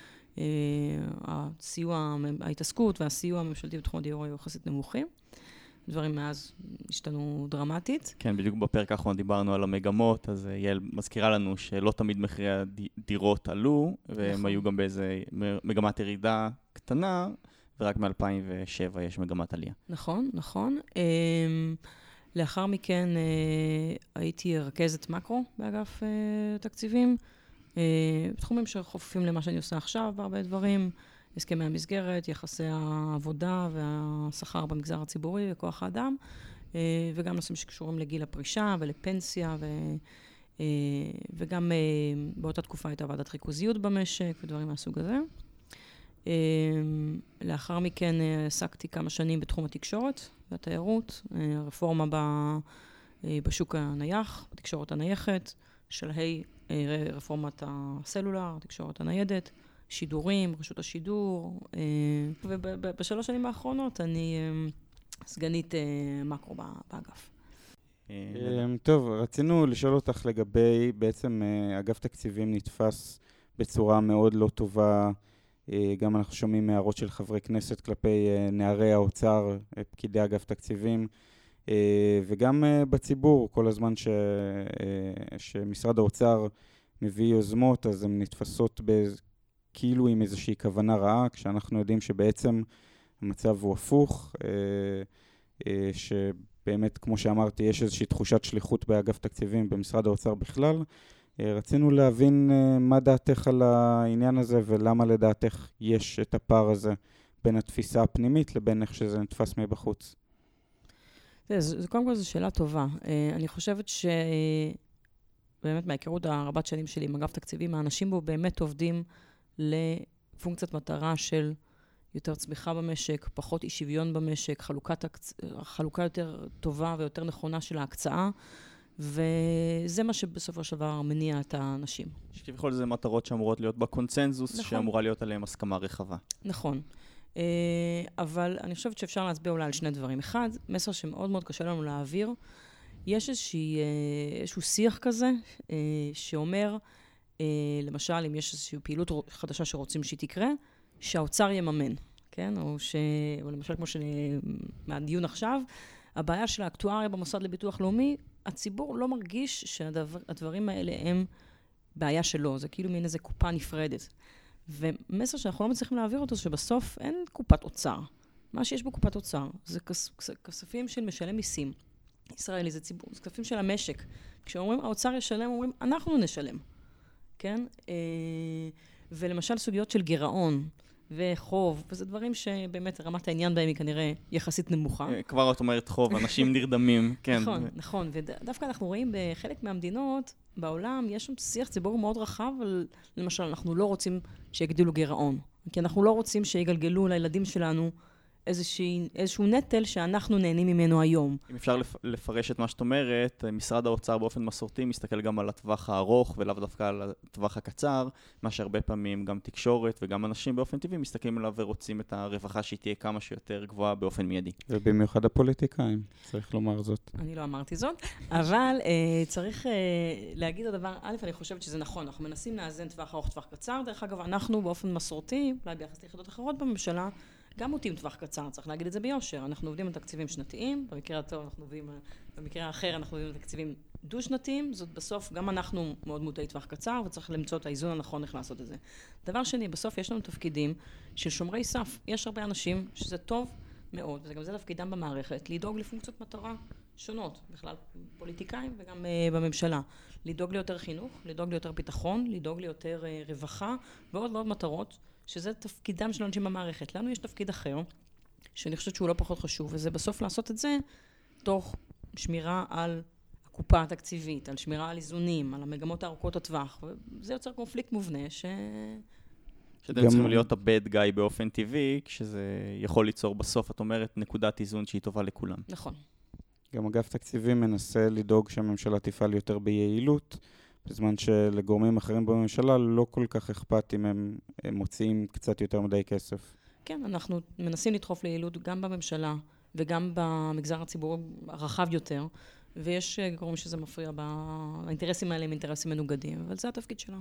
ההתעסקות והסיוע הממשלתי בתחום הדיור היו יחסית נמוכים. דברים מאז השתנו דרמטית. כן, בדיוק בפרק האחרון דיברנו על המגמות, אז יעל מזכירה לנו שלא תמיד מחירי הדירות עלו, והם היו גם באיזה מגמת ירידה קטנה, ורק מ-2007 יש מגמת עלייה. נכון, נכון. לאחר מכן הייתי רכזת מקרו באגף תקציבים, בתחומים שחופפים למה שאני עושה עכשיו, בהרבה דברים, הסכמי המסגרת, יחסי העבודה והשכר במגזר הציבורי וכוח האדם, וגם נושאים שקשורים לגיל הפרישה ולפנסיה וגם באותה תקופה הייתה ועדת ריכוזיות במשק ודברים מהסוג הזה. לאחר מכן עסקתי כמה שנים בתחום התקשורת והתיירות, רפורמה בשוק הנייח, בתקשורת הנייחת, שלהי רפורמת הסלולר, התקשורת הניידת, שידורים, רשות השידור, ובשלוש שנים האחרונות אני סגנית מקרו באגף. טוב, רצינו לשאול אותך לגבי, בעצם אגף תקציבים נתפס בצורה מאוד לא טובה, גם אנחנו שומעים הערות של חברי כנסת כלפי נערי האוצר, פקידי אגף תקציבים, וגם בציבור, כל הזמן שמשרד האוצר מביא יוזמות, אז הן נתפסות כאילו עם איזושהי כוונה רעה, כשאנחנו יודעים שבעצם המצב הוא הפוך, שבאמת, כמו שאמרתי, יש איזושהי תחושת שליחות באגף תקציבים במשרד האוצר בכלל. רצינו להבין מה דעתך על העניין הזה, ולמה לדעתך יש את הפער הזה בין התפיסה הפנימית לבין איך שזה נתפס מבחוץ. קודם כל זו שאלה טובה. אני חושבת שבאמת מההיכרות הרבת שנים שלי עם אגף תקציבים, האנשים בו באמת עובדים לפונקציית מטרה של יותר צמיחה במשק, פחות אי שוויון במשק, חלוקה יותר טובה ויותר נכונה של ההקצאה, וזה מה שבסופו של דבר מניע את האנשים. שכביכול זה מטרות שאמורות להיות בקונצנזוס, נכון. שאמורה להיות עליהם הסכמה רחבה. נכון. אבל אני חושבת שאפשר להצביע אולי על שני דברים. אחד, מסר שמאוד מאוד קשה לנו להעביר, יש איזשהו שיח כזה, שאומר, למשל, אם יש איזושהי פעילות חדשה שרוצים שהיא תקרה, שהאוצר יממן, כן? או למשל, כמו מהדיון עכשיו, הבעיה של האקטואריה במוסד לביטוח לאומי, הציבור לא מרגיש שהדברים האלה הם בעיה שלו, זה כאילו מין איזה קופה נפרדת. ומסר שאנחנו לא מצליחים להעביר אותו, שבסוף אין קופת אוצר. מה שיש בקופת אוצר, זה כספים של משלם מיסים. ישראלי זה ציבור, זה כספים של המשק. כשאומרים, האוצר ישלם, אומרים, אנחנו נשלם. כן? ולמשל סוגיות של גירעון וחוב, וזה דברים שבאמת רמת העניין בהם היא כנראה יחסית נמוכה. כבר את אומרת חוב, אנשים נרדמים, כן. נכון, נכון, ודווקא אנחנו רואים בחלק מהמדינות בעולם, יש שם שיח ציבור מאוד רחב, אבל למשל אנחנו לא רוצים שיגדילו גירעון, כי אנחנו לא רוצים שיגלגלו לילדים שלנו איזשהו נטל שאנחנו נהנים ממנו היום. אם אפשר לפרש את מה שאת אומרת, משרד האוצר באופן מסורתי מסתכל גם על הטווח הארוך ולאו דווקא על הטווח הקצר, מה שהרבה פעמים גם תקשורת וגם אנשים באופן טבעי מסתכלים עליו ורוצים את הרווחה שהיא תהיה כמה שיותר גבוהה באופן מיידי. ובמיוחד הפוליטיקאים, צריך לומר זאת. אני לא אמרתי זאת, אבל צריך להגיד את הדבר, א', אני חושבת שזה נכון, אנחנו מנסים לאזן טווח ארוך, טווח קצר, דרך אגב, אנחנו באופן מסורתי, אולי ביחס ליחידות אחרות בממשלה, גם עובדים טווח קצר, צריך להגיד את זה ביושר. אנחנו עובדים על תקציבים שנתיים, במקרה הטוב אנחנו עובדים, במקרה האחר אנחנו עובדים על תקציבים דו-שנתיים, זאת בסוף גם אנחנו מאוד מוטי טווח קצר, וצריך למצוא את האיזון הנכון איך לעשות את זה. דבר שני, בסוף יש לנו תפקידים של שומרי סף. יש הרבה אנשים שזה טוב מאוד, וזה גם זה תפקידם במערכת, לדאוג לפונקציות מטרה שונות, בכלל פוליטיקאים וגם בממשלה. לדאוג ליותר חינוך, לדאוג ליותר ביטחון, לדאוג ליותר רווחה, ועוד ועוד מטרות, שזה תפקידם של אנשים במערכת. לנו יש תפקיד אחר, שאני חושבת שהוא לא פחות חשוב, וזה בסוף לעשות את זה תוך שמירה על הקופה התקציבית, על שמירה על איזונים, על המגמות הארוכות הטווח, וזה יוצר קונפליקט מובנה שאתם צריכים להיות ה-bad guy באופן טבעי, כשזה יכול ליצור בסוף, את אומרת, נקודת איזון שהיא טובה לכולם. נכון. גם אגף תקציבים מנסה לדאוג שהממשלה תפעל יותר ביעילות, בזמן שלגורמים אחרים בממשלה לא כל כך אכפת אם הם מוציאים קצת יותר מדי כסף. כן, אנחנו מנסים לדחוף ליעילות גם בממשלה וגם במגזר הציבור הרחב יותר, ויש גורמים שזה מפריע באינטרסים האלה, הם אינטרסים מנוגדים, אבל זה התפקיד שלנו.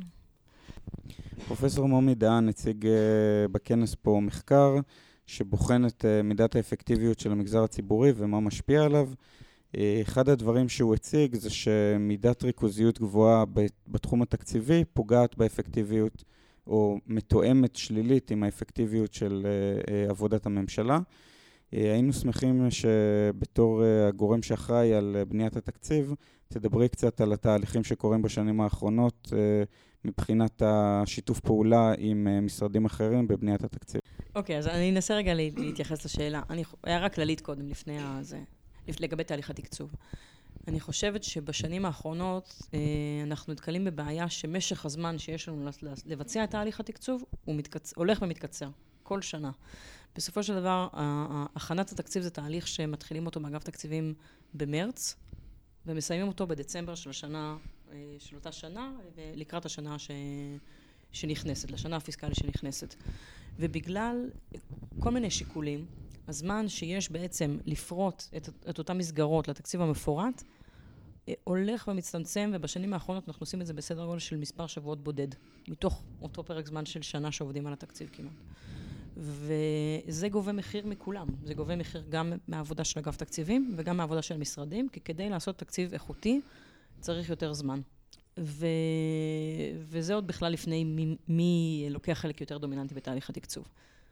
פרופסור מומי דהן הציג בכנס פה מחקר שבוחן את מידת האפקטיביות של המגזר הציבורי ומה משפיע עליו. אחד הדברים שהוא הציג זה שמידת ריכוזיות גבוהה בתחום התקציבי פוגעת באפקטיביות או מתואמת שלילית עם האפקטיביות של עבודת הממשלה. היינו שמחים שבתור הגורם שאחראי על בניית התקציב, תדברי קצת על התהליכים שקורים בשנים האחרונות מבחינת השיתוף פעולה עם משרדים אחרים בבניית התקציב. אוקיי, אז אני אנסה רגע להתייחס לשאלה. הערה כללית קודם, לפני הזה. לגבי תהליך התקצוב. אני חושבת שבשנים האחרונות אנחנו נתקלים בבעיה שמשך הזמן שיש לנו לבצע את תהליך התקצוב הוא הולך ומתקצר כל שנה. בסופו של דבר, הכנת התקציב זה תהליך שמתחילים אותו מאגף תקציבים במרץ, ומסיימים אותו בדצמבר של אותה שנה, לקראת השנה שנכנסת, לשנה הפיסקלית שנכנסת. ובגלל כל מיני שיקולים, הזמן שיש בעצם לפרוט את אותן מסגרות לתקציב המפורט, הולך ומצטמצם, ובשנים האחרונות אנחנו עושים את זה בסדר גודל של מספר שבועות בודד, מתוך אותו פרק זמן של שנה שעובדים על התקציב כמעט. וזה גובה מחיר מכולם. זה גובה מחיר גם מהעבודה של אגף תקציבים וגם מהעבודה של המשרדים, כי כדי לעשות תקציב איכותי צריך יותר זמן. וזה עוד בכלל לפני מי לוקח חלק יותר דומיננטי בתהליך התקצוב.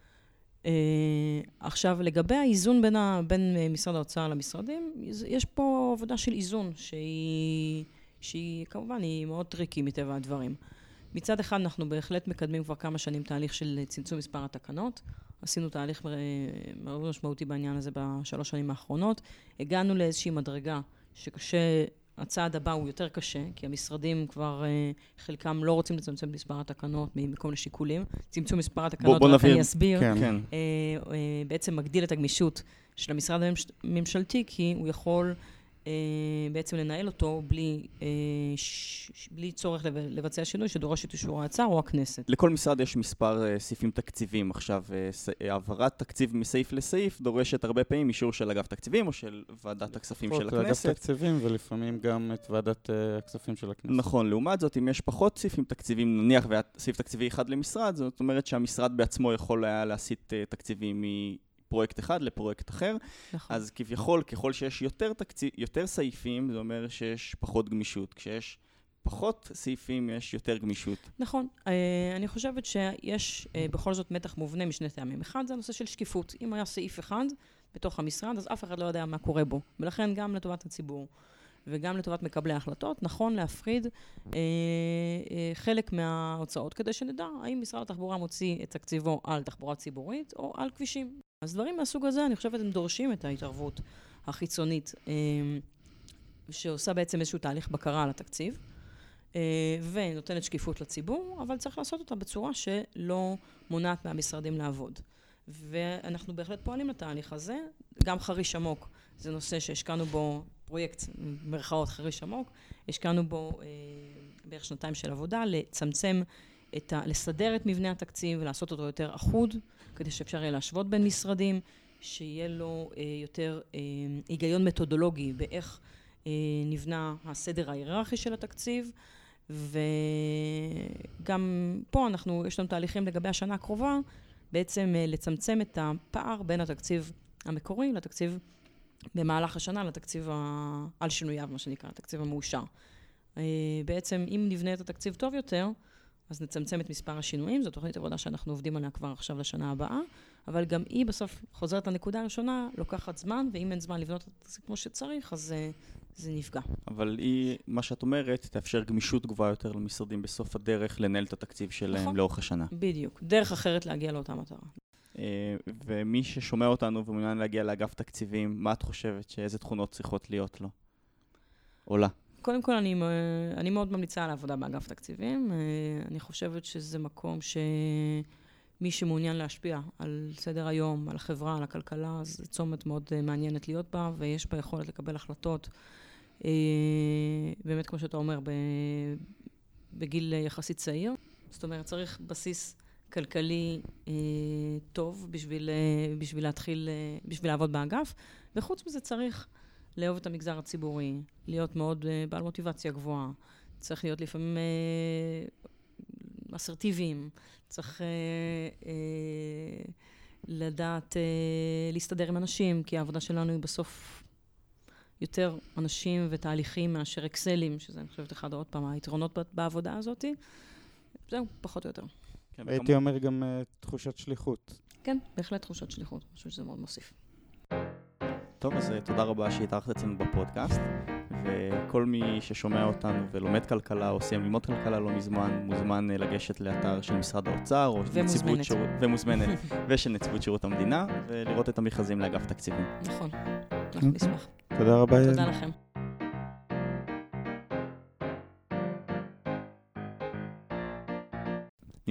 עכשיו, לגבי האיזון בין משרד האוצר למשרדים, יש פה עבודה של איזון שהיא כמובן היא מאוד טריקי מטבע הדברים. מצד אחד אנחנו בהחלט מקדמים כבר כמה שנים תהליך של צמצום מספר התקנות. עשינו תהליך מאוד משמעותי בעניין הזה בשלוש שנים האחרונות. הגענו לאיזושהי מדרגה שקשה, הצעד הבא הוא יותר קשה, כי המשרדים כבר חלקם לא רוצים לצמצם מספר התקנות מכל מיני שיקולים. צמצום מספר התקנות, רק אני אסביר, כן. בעצם מגדיל את הגמישות של המשרד הממשלתי, כי הוא יכול בעצם לנהל אותו בלי צורך לבצע שינוי שדורש את אישור האוצר או הכנסת. לכל משרד יש מספר סעיפים תקציביים. עכשיו, העברת תקציב מסעיף לסעיף דורשת הרבה פעמים אישור של אגף תקציבים או של ועדת הכספים של הכנסת. אגף תקציבים ולפעמים גם את ועדת הכספים של הכנסת. נכון, לעומת זאת, אם יש פחות סעיפים תקציביים, נניח סעיף תקציבי אחד למשרד, זאת אומרת שהמשרד בעצמו יכול היה להסיט תקציבים פרויקט אחד לפרויקט אחר, נכון. אז כביכול, ככל שיש יותר סעיפים, זה אומר שיש פחות גמישות. כשיש פחות סעיפים, יש יותר גמישות. נכון. אני חושבת שיש בכל זאת מתח מובנה משני טעמים. אחד, זה הנושא של שקיפות. אם היה סעיף אחד בתוך המשרד, אז אף אחד לא יודע מה קורה בו. ולכן גם לטובת הציבור וגם לטובת מקבלי ההחלטות, נכון להפריד חלק מההוצאות, כדי שנדע האם משרד התחבורה מוציא את תקציבו על תחבורה ציבורית או על כבישים. אז דברים מהסוג הזה, אני חושבת, הם דורשים את ההתערבות החיצונית, שעושה בעצם איזשהו תהליך בקרה על התקציב, ונותנת שקיפות לציבור, אבל צריך לעשות אותה בצורה שלא מונעת מהמשרדים לעבוד. ואנחנו בהחלט פועלים לתהליך הזה, גם חריש עמוק, זה נושא שהשקענו בו פרויקט, מרכאות חריש עמוק, השקענו בו בערך שנתיים של עבודה, לצמצם לסדר את מבנה התקציב ולעשות אותו יותר אחוד, כדי שאפשר יהיה להשוות בין משרדים, שיהיה לו יותר היגיון מתודולוגי באיך נבנה הסדר ההיררכי של התקציב, וגם פה יש לנו תהליכים לגבי השנה הקרובה, בעצם לצמצם את הפער בין התקציב המקורי לתקציב במהלך השנה, לתקציב על שינוייו, מה שנקרא, התקציב המאושר. בעצם אם נבנה את התקציב טוב יותר, אז נצמצם את מספר השינויים, זו תוכנית עבודה שאנחנו עובדים עליה כבר עכשיו לשנה הבאה, אבל גם היא בסוף חוזרת לנקודה הראשונה, לוקחת זמן, ואם אין זמן לבנות את זה כמו שצריך, אז זה נפגע. אבל מה שאת אומרת, תאפשר גמישות גבוהה יותר למשרדים בסוף הדרך, לנהל את התקציב שלהם נכון. לאורך השנה. בדיוק, דרך אחרת להגיע לאותה מטרה. ומי ששומע אותנו ומעוניין להגיע לאגף תקציבים, מה את חושבת שאיזה תכונות צריכות להיות לו? עולה. קודם כל, אני מאוד ממליצה על העבודה באגף תקציבים. אני חושבת שזה מקום שמי שמעוניין להשפיע על סדר היום, על החברה, על הכלכלה, זה צומת מאוד מעניינת להיות בה, ויש בה יכולת לקבל החלטות, באמת כמו שאתה אומר, בגיל יחסית צעיר. זאת אומרת, צריך בסיס כלכלי טוב בשביל להתחיל, בשביל לעבוד באגף, וחוץ מזה צריך לאהוב את המגזר הציבורי, להיות מאוד בעל מוטיבציה גבוהה, צריך להיות לפעמים אסרטיביים, צריך לדעת להסתדר עם אנשים, כי העבודה שלנו היא בסוף יותר אנשים ותהליכים מאשר אקסלים, שזה אני חושבת אחד עוד פעם היתרונות בעבודה הזאת, זהו, פחות או יותר. הייתי אומר גם תחושת שליחות. כן, בהחלט תחושת שליחות, אני חושבת שזה מאוד מוסיף. טוב, אז תודה רבה שהתארחת אצלנו בפודקאסט, וכל מי ששומע אותנו ולומד כלכלה או סיים ללמוד כלכלה לא מזמן, מוזמן לגשת לאתר של משרד האוצר, או ומוזמנת, ושל נציבות שירות המדינה, ולראות את המכרזים לאגף תקציבים. נכון, אנחנו נשמח. תודה רבה. תודה לכם.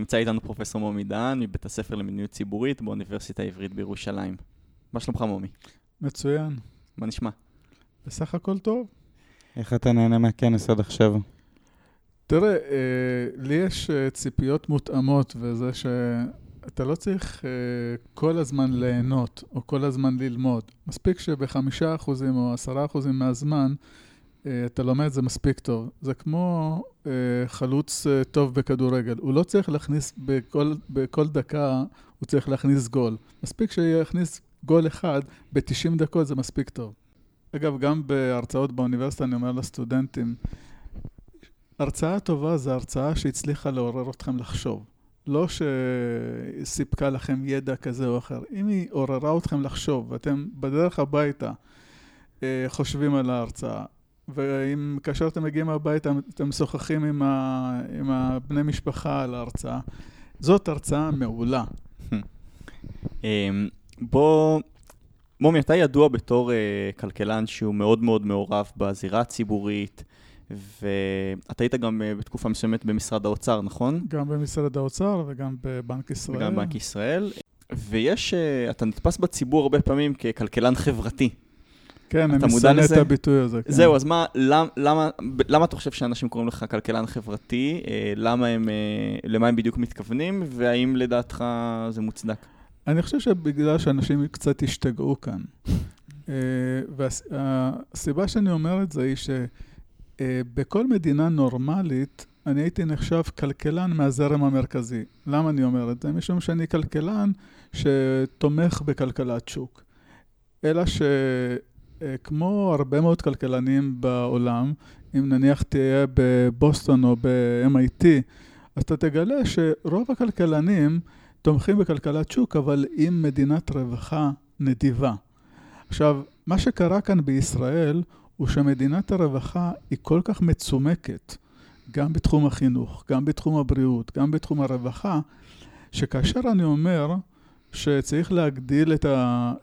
נמצא איתנו פרופסור מומי דהן, מבית הספר למדיניות ציבורית באוניברסיטה העברית בירושלים. מה שלומך, מומי? מצוין. מה נשמע? בסך הכל טוב. איך אתה נהנה מהכנס עד עכשיו? תראה, לי יש ציפיות מותאמות, וזה שאתה לא צריך כל הזמן ליהנות, או כל הזמן ללמוד. מספיק שב5% או 10% מהזמן, אתה לומד, זה מספיק טוב. זה כמו חלוץ טוב בכדורגל. הוא לא צריך להכניס בכל דקה, הוא צריך להכניס גול. מספיק שיכניס גול אחד, ב90 דקות זה מספיק טוב. אגב, גם בהרצאות באוניברסיטה אני אומר לסטודנטים, הרצאה טובה זה הרצאה שהצליחה לעורר אתכם לחשוב. לא שסיפקה לכם ידע כזה או אחר. אם היא עוררה אתכם לחשוב, ואתם בדרך הביתה חושבים על ההרצאה, ואם כאשר אתם מגיעים הביתה, אתם משוחחים עם הבני משפחה על ההרצאה, זאת הרצאה מעולה. מומי, אתה ידוע בתור כלכלן שהוא מאוד מאוד מעורב בזירה הציבורית, ואתה היית גם בתקופה מסוימת במשרד האוצר, נכון? גם במשרד האוצר וגם בבנק ישראל. וגם בבנק ישראל. אתה נתפס בציבור הרבה פעמים ככלכלן חברתי. כן, אני שונא את הביטוי הזה. כן. זהו, אז למה אתה חושב שאנשים קוראים לך כלכלן חברתי? למה הם בדיוק מתכוונים? והאם לדעתך זה מוצדק? אני חושב שבגלל שאנשים קצת השתגעו כאן. והסיבה שאני אומר את זה היא שבכל מדינה נורמלית אני הייתי נחשב כלכלן מהזרם המרכזי. למה אני אומר את זה? משום שאני כלכלן שתומך בכלכלת שוק. אלא שכמו הרבה מאוד כלכלנים בעולם, אם נניח תהיה בבוסטון או ב-MIT, אז אתה תגלה שרוב הכלכלנים תומכים בכלכלת שוק, אבל עם מדינת רווחה נדיבה. עכשיו, מה שקרה כאן בישראל, הוא שמדינת הרווחה היא כל כך מצומקת, גם בתחום החינוך, גם בתחום הבריאות, גם בתחום הרווחה, שכאשר אני אומר שצריך להגדיל את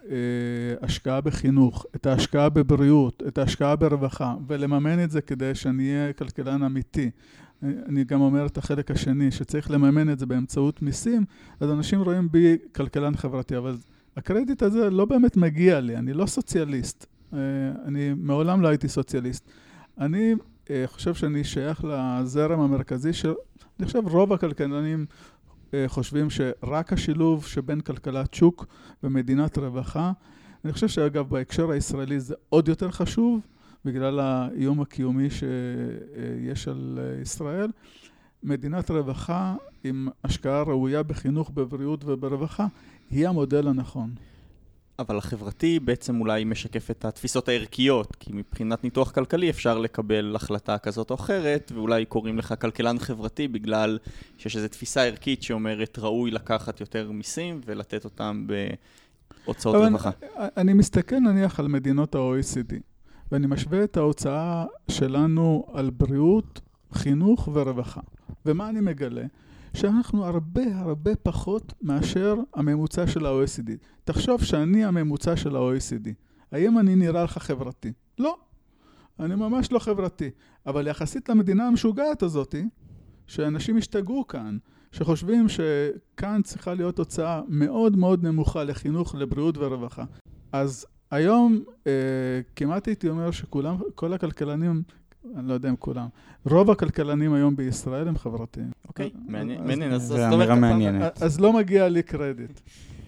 ההשקעה בחינוך, את ההשקעה בבריאות, את ההשקעה ברווחה, ולממן את זה כדי שאני אהיה כלכלן אמיתי, אני גם אומר את החלק השני, שצריך לממן את זה באמצעות מיסים, אז אנשים רואים בי כלכלן חברתי, אבל הקרדיט הזה לא באמת מגיע לי, אני לא סוציאליסט, אני מעולם לא הייתי סוציאליסט. אני חושב שאני שייך לזרם המרכזי, אני חושב רוב הכלכלנים חושבים שרק השילוב שבין כלכלת שוק ומדינת רווחה, אני חושב שאגב בהקשר הישראלי זה עוד יותר חשוב, בגלל האיום הקיומי שיש על ישראל, מדינת רווחה עם השקעה ראויה בחינוך, בבריאות וברווחה, היא המודל הנכון. אבל החברתי בעצם אולי משקף את התפיסות הערכיות, כי מבחינת ניתוח כלכלי אפשר לקבל החלטה כזאת או אחרת, ואולי קוראים לך כלכלן חברתי בגלל שיש איזו תפיסה ערכית שאומרת ראוי לקחת יותר מיסים ולתת אותם בהוצאות רווחה. אני מסתכל נניח על מדינות ה-OECD, ואני משווה את ההוצאה שלנו על בריאות, חינוך ורווחה. ומה אני מגלה? שאנחנו הרבה פחות מאשר הממוצע של ה-OECD. תחשוב שאני הממוצע של ה-OECD. האם אני נראה לך חברתי? לא. אני ממש לא חברתי. אבל יחסית למדינה המשוגעת הזאת, שאנשים השתגעו כאן, שחושבים שכאן צריכה להיות הוצאה מאוד מאוד נמוכה לחינוך, לבריאות ורווחה. אז היום כמעט הייתי אומר שכולם, כל הכלכלנים, אני לא יודע אם כולם, רוב הכלכלנים היום בישראל הם חברתיים. אוקיי, מעניין. זה אמירה מעניינת. אז לא מגיע לי קרדיט.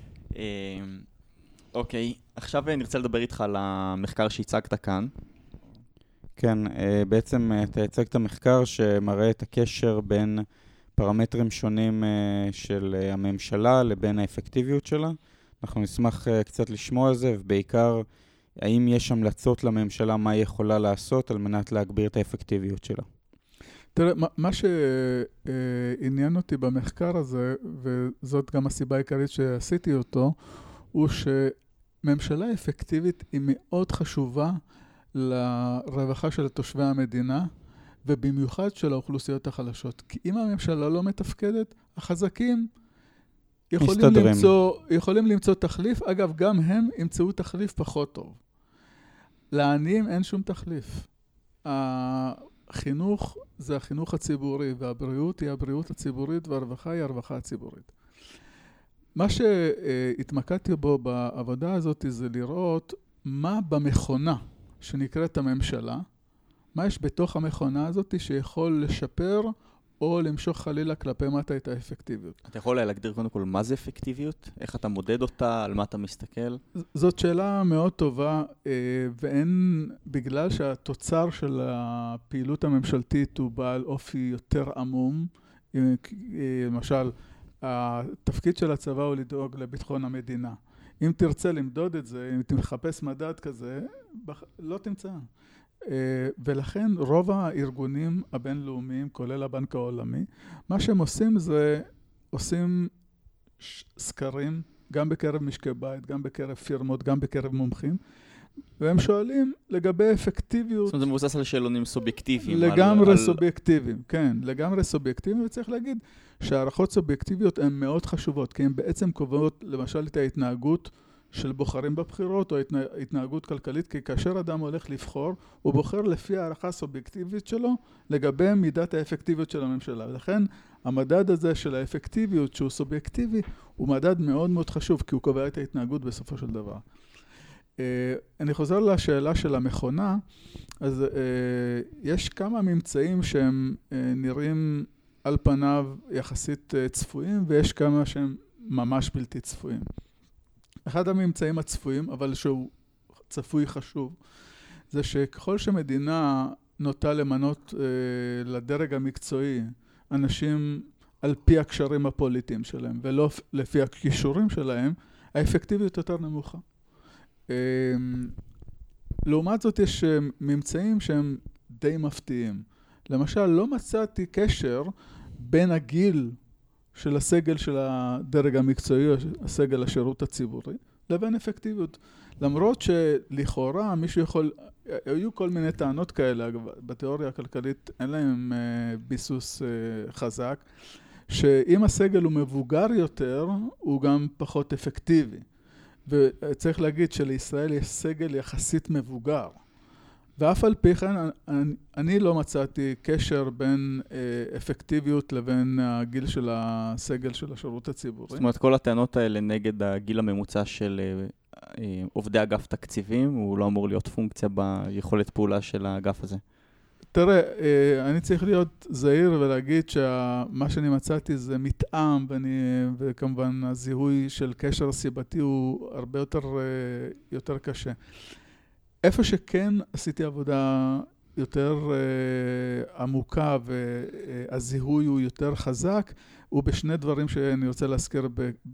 אוקיי, עכשיו נרצה לדבר איתך על המחקר שהצגת כאן. כן, בעצם אתה הצגת מחקר שמראה את הקשר בין פרמטרים שונים של הממשלה לבין האפקטיביות שלה. אנחנו נשמח קצת לשמוע על זה, ובעיקר האם יש המלצות לממשלה מה היא יכולה לעשות על מנת להגביר את האפקטיביות שלה. תראה, מה שעניין אותי במחקר הזה, וזאת גם הסיבה העיקרית שעשיתי אותו, הוא שממשלה אפקטיבית היא מאוד חשובה לרווחה של תושבי המדינה, ובמיוחד של האוכלוסיות החלשות. כי אם הממשלה לא מתפקדת, החזקים יכולים למצוא תחליף. אגב, גם הם ימצאו תחליף פחות טוב. לעניים אין שום תחליף. החינוך זה החינוך הציבורי, והבריאות היא הבריאות הציבורית, והרווחה היא הרווחה הציבורית. מה שהתמקדתי בו בעבודה הזאת זה לראות מה במכונה שנקראת הממשלה, מה יש בתוך המכונה הזאת שיכול לשפר או למשוך חלילה כלפי מטה את האפקטיביות. אתה יכול להגדיר קודם כל מה זה אפקטיביות? איך אתה מודד אותה? על מה אתה מסתכל? זאת שאלה מאוד טובה, ואין, בגלל שהתוצר של הפעילות הממשלתית הוא בעל אופי יותר עמום, למשל, התפקיד של הצבא הוא לדאוג לביטחון המדינה. אם תרצה למדוד את זה, אם תחפש מדד כזה, לא תמצא. ולכן רוב הארגונים הבינלאומיים, כולל הבנק העולמי, מה שהם עושים זה, עושים סקרים, גם בקרב משקי בית, גם בקרב פירמות, גם בקרב מומחים, והם שואלים לגבי אפקטיביות. זאת אומרת, זה מבוסס על שאלונים סובייקטיביים. לגמרי סובייקטיביים, כן, לגמרי סובייקטיביים, וצריך להגיד שהערכות סובייקטיביות הן מאוד חשובות, כי הן בעצם קובעות למשל את ההתנהגות של בוחרים בבחירות, או התנהגות כלכלית, כי כאשר אדם הולך לבחור, הוא בוחר לפי הערכה הסובייקטיבית שלו, לגבי מידת האפקטיביות של הממשלה. ולכן, המדד הזה של האפקטיביות, שהוא סובייקטיבי, הוא מדד מאוד מאוד חשוב, כי הוא קובע את ההתנהגות בסופו של דבר. אני חוזר לשאלה של המכונה, אז יש כמה ממצאים שהם נראים על פניו יחסית צפויים, ויש כמה שהם ממש בלתי צפויים. אחד הממצאים הצפויים, אבל שהוא צפוי חשוב, זה שככל שמדינה נוטה למנות לדרג המקצועי אנשים על פי הקשרים הפוליטיים שלהם, ולא לפי הכישורים שלהם, האפקטיביות יותר נמוכה. לעומת זאת יש ממצאים שהם די מפתיעים. למשל, לא מצאתי קשר בין הגיל של הסגל של הדרג המקצועי, הסגל השירות הציבורי, לבין אפקטיביות. למרות שלכאורה מישהו יכול, היו כל מיני טענות כאלה, בתיאוריה הכלכלית אין להם ביסוס חזק, שאם הסגל הוא מבוגר יותר, הוא גם פחות אפקטיבי. וצריך להגיד שלישראל יש סגל יחסית מבוגר. ואף על פי כן, אני לא מצאתי קשר בין אפקטיביות לבין הגיל של הסגל של השירות הציבורי. זאת אומרת, כל הטענות האלה נגד הגיל הממוצע של עובדי אגף תקציבים, הוא לא אמור להיות פונקציה ביכולת פעולה של האגף הזה. תראה, אני צריך להיות זהיר ולהגיד שמה שאני מצאתי זה מתאם, וכמובן הזיהוי של קשר סיבתי הוא הרבה יותר קשה. איפה שכן עשיתי עבודה יותר עמוקה והזיהוי הוא יותר חזק, הוא בשני דברים שאני רוצה להזכיר.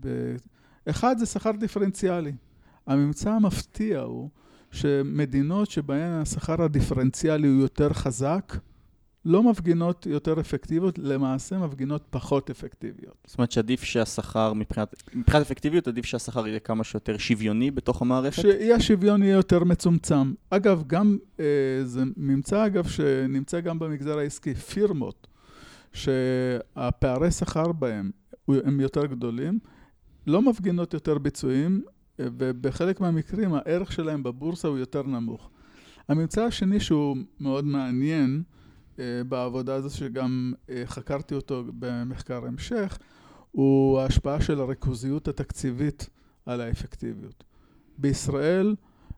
אחד זה שכר דיפרנציאלי. הממצא המפתיע הוא שמדינות שבהן השכר הדיפרנציאלי הוא יותר חזק, לא מפגינות יותר אפקטיביות, למעשה מפגינות פחות אפקטיביות. זאת אומרת שעדיף שהשכר, מבחינת אפקטיביות, עדיף שהשכר יהיה כמה שיותר שוויוני בתוך המערכת? שאי השוויון יהיה יותר מצומצם. אגב, גם, זה ממצא אגב שנמצא גם במגזר העסקי, פירמות, שהפערי שכר בהם הם יותר גדולים, לא מפגינות יותר ביצועים, ובחלק מהמקרים הערך שלהם בבורסה הוא יותר נמוך. הממצא השני שהוא מאוד מעניין, בעבודה הזו שגם חקרתי אותו במחקר המשך, הוא ההשפעה של הריכוזיות התקציבית על האפקטיביות. בישראל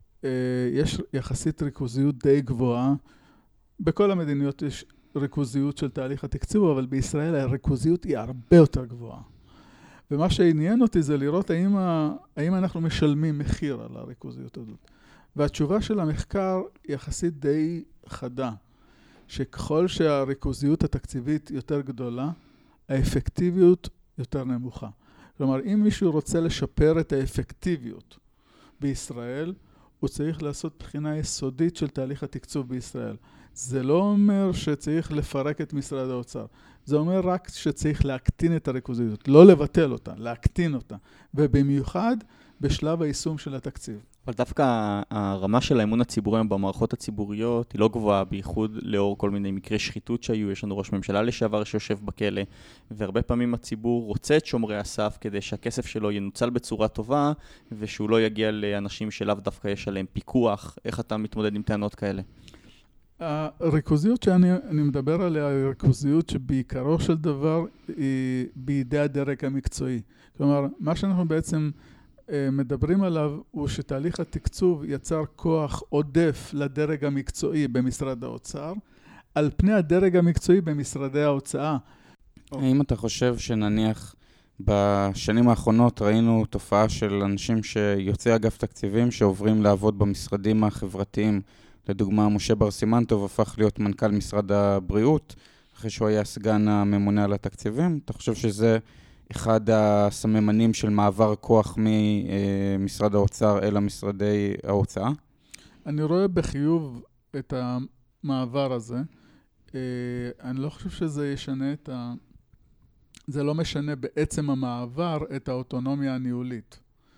יש יחסית ריכוזיות די גבוהה, בכל המדינות יש ריכוזיות של תהליך התקצוב, אבל בישראל הריכוזיות היא הרבה יותר גבוהה. ומה שעניין אותי זה לראות האם אנחנו משלמים מחיר על הריכוזיות הזאת. והתשובה של המחקר יחסית די חדה. שככל שהריכוזיות התקציבית יותר גדולה, האפקטיביות יותר נמוכה. כלומר, אם מישהו רוצה לשפר את האפקטיביות בישראל, הוא צריך לעשות בחינה יסודית של תהליך התקצוב בישראל. זה לא אומר שצריך לפרק את משרד האוצר. זה אומר רק שצריך להקטין את הריכוזיות, לא לבטל אותה, להקטין אותה. ובמיוחד בשלב היישום של התקציב. אבל דווקא הרמה של האמון הציבורי במערכות הציבוריות היא לא גבוהה, בייחוד לאור כל מיני מקרי שחיתות שהיו. יש לנו ראש ממשלה לשעבר שיושב בכלא, והרבה פעמים הציבור רוצה את שומרי הסף כדי שהכסף שלו ינוצל בצורה טובה, ושהוא לא יגיע לאנשים שלאו דווקא יש עליהם פיקוח. איך אתה מתמודד עם טענות כאלה? הריכוזיות שאני מדבר עליה היא ריכוזיות שבעיקרו של דבר היא בידי הדרג המקצועי. כלומר, מה שאנחנו בעצם מדברים עליו הוא שתהליך התקצוב יצר כוח עודף לדרג המקצועי במשרד האוצר, על פני הדרג המקצועי במשרדי ההוצאה. האם אתה חושב שנניח בשנים האחרונות ראינו תופעה של אנשים שיוצאי אגף תקציבים שעוברים לעבוד במשרדים החברתיים, לדוגמה משה בר סימן-טוב הפך להיות מנכ"ל משרד הבריאות, אחרי שהוא היה סגן הממונה על התקציבים, אתה חושב שזה אחד הסממנים של מעבר כוח ממשרד האוצר אל המשרדי ההוצאה? אני רואה בחיוב את המעבר הזה. אני לא חושב שזה ישנה זה לא משנה בעצם המעבר את האוטונומיה הניהולית.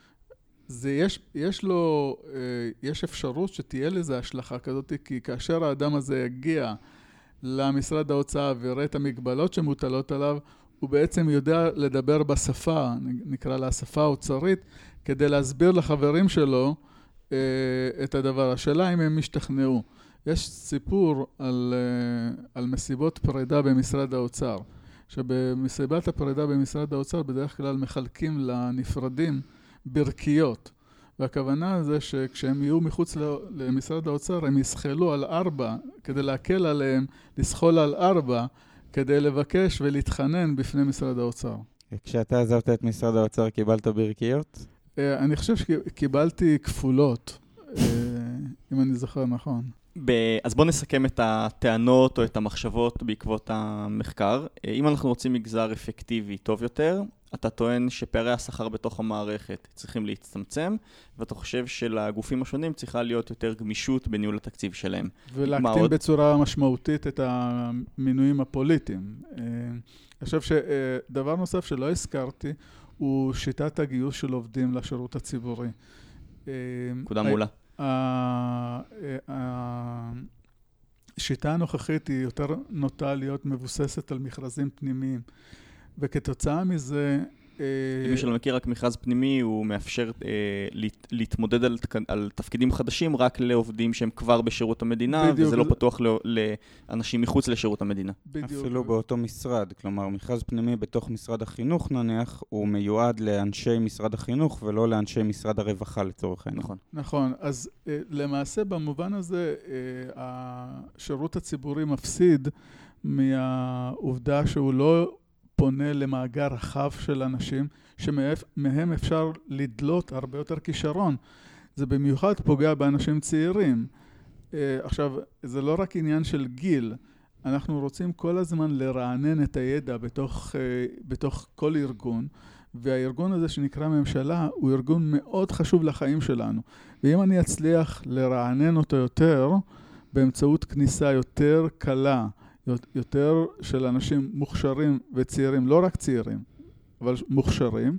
יש אפשרות שתהיה לזה השלכה כזאת, כי כאשר האדם הזה יגיע למשרד ההוצאה ויראה את המגבלות שמוטלות עליו, הוא בעצם יודע לדבר בשפה, נקרא לה השפה האוצרית, כדי להסביר לחברים שלו את הדבר. השאלה אם הם משתכנעו. יש סיפור על מסיבות פרידה במשרד האוצר, שבמסיבת הפרידה במשרד האוצר בדרך כלל מחלקים לנפרדים ברכיות. והכוונה זה שכשהם יהיו מחוץ למשרד האוצר, הם יסחלו על 4, כדי להקל עליהם, לסחול על 4, כדי לבקש ולהתחנן בפני משרד האוצר. כשאתה עזבת את משרד האוצר, קיבלת ברכיות? אני חושב שקיבלתי כפולות, אם אני זוכר נכון. אז בואו נסכם את הטענות או את המחשבות בעקבות המחקר. אם אנחנו רוצים מגזר אפקטיבי טוב יותר, אתה טוען שפערי השכר בתוך המערכת צריכים להצטמצם, ואתה חושב שלגופים השונים צריכה להיות יותר גמישות בניהול התקציב שלהם. ולהקטין בצורה משמעותית את המינויים הפוליטיים. אני חושב שדבר נוסף שלא הזכרתי, הוא שיטת הגיוס של עובדים לשירות הציבורי. נקודה מעולה. השיטה הנוכחית היא יותר נוטה להיות מבוססת על מכרזים פנימיים, וכתוצאה מזה... מי שלא מכיר, רק מכרז פנימי הוא מאפשר להתמודד על תפקידים חדשים רק לעובדים שהם כבר בשירות המדינה, וזה לא פתוח לאנשים מחוץ לשירות המדינה. אפילו באותו משרד, כלומר מכרז פנימי בתוך משרד החינוך נניח, הוא מיועד לאנשי משרד החינוך ולא לאנשי משרד הרווחה לצורך העניין. נכון. נכון, אז למעשה במובן הזה השירות הציבורי מפסיד מהעובדה שהוא לא פונה למאגר רחב של אנשים שמהם אפשר לדלות הרבה יותר כישרון. זה במיוחד פוגע באנשים צעירים. עכשיו, זה לא רק עניין של גיל, אנחנו רוצים כל הזמן לרענן את הידע בתוך כל ארגון, והארגון הזה שנקרא ממשלה הוא ארגון מאוד חשוב לחיים שלנו. ואם אני אצליח לרענן אותו יותר, באמצעות כניסה יותר קלה, יותר של אנשים מוכשרים וצעירים, לא רק צעירים, אבל מוכשרים,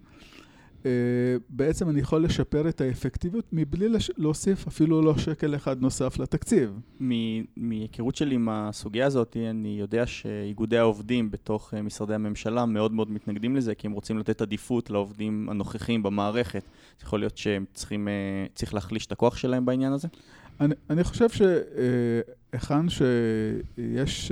בעצם אני יכול לשפר את האפקטיביות מבלי להוסיף אפילו לא שקל אחד נוסף לתקציב. מהיכרות שלי עם הסוגיה הזאת, אני יודע שאיגודי העובדים בתוך משרדי הממשלה מאוד מאוד מתנגדים לזה, כי הם רוצים לתת עדיפות לעובדים הנוכחים במערכת. יכול להיות שהם צריך להחליש את הכוח שלהם בעניין הזה? אני חושב שהיכן שיש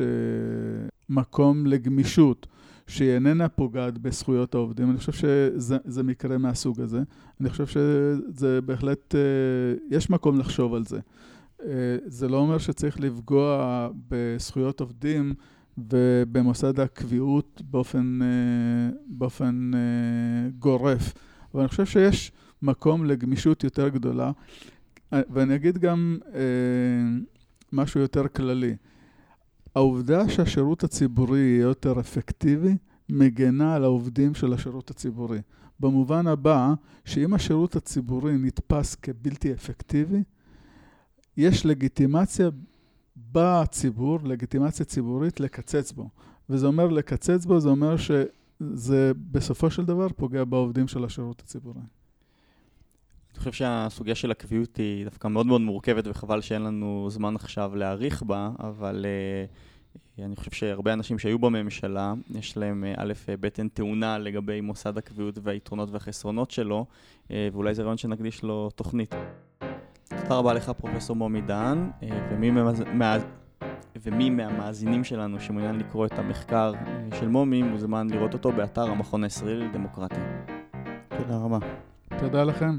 מקום לגמישות שהיא איננה פוגעת בזכויות העובדים, אני חושב שזה מקרה מהסוג הזה. אני חושב שזה בהחלט, יש מקום לחשוב על זה. זה לא אומר שצריך לפגוע בזכויות עובדים ובמוסד הקביעות באופן גורף. אבל אני חושב שיש מקום לגמישות יותר גדולה. ואני אגיד גם משהו יותר כללי. העובדה שהשירות הציבורי יהיה יותר אפקטיבי, מגנה על העובדים של השירות הציבורי. במובן הבא, שאם השירות הציבורי נתפס כבלתי אפקטיבי, יש לגיטימציה בציבור, לגיטימציה ציבורית לקצץ בו. וזה אומר לקצץ בו, זה אומר שזה בסופו של דבר פוגע בעובדים של השירות הציבורי. אני חושב שהסוגיה של הקביעות היא דווקא מאוד מאוד מורכבת, וחבל שאין לנו זמן עכשיו להאריך בה, אבל אני חושב שהרבה אנשים שהיו בממשלה, יש להם א' בטן טעונה לגבי מוסד הקביעות והיתרונות והחסרונות שלו, ואולי זה רעיון שנקדיש לו תוכנית. תודה רבה לך פרופסור מומי דהן, ומי ומי מהמאזינים שלנו שמעוניין לקרוא את המחקר של מומי, מוזמן לראות אותו באתר המכון הישראלי לדמוקרטיה. תודה רבה. תודה לכם.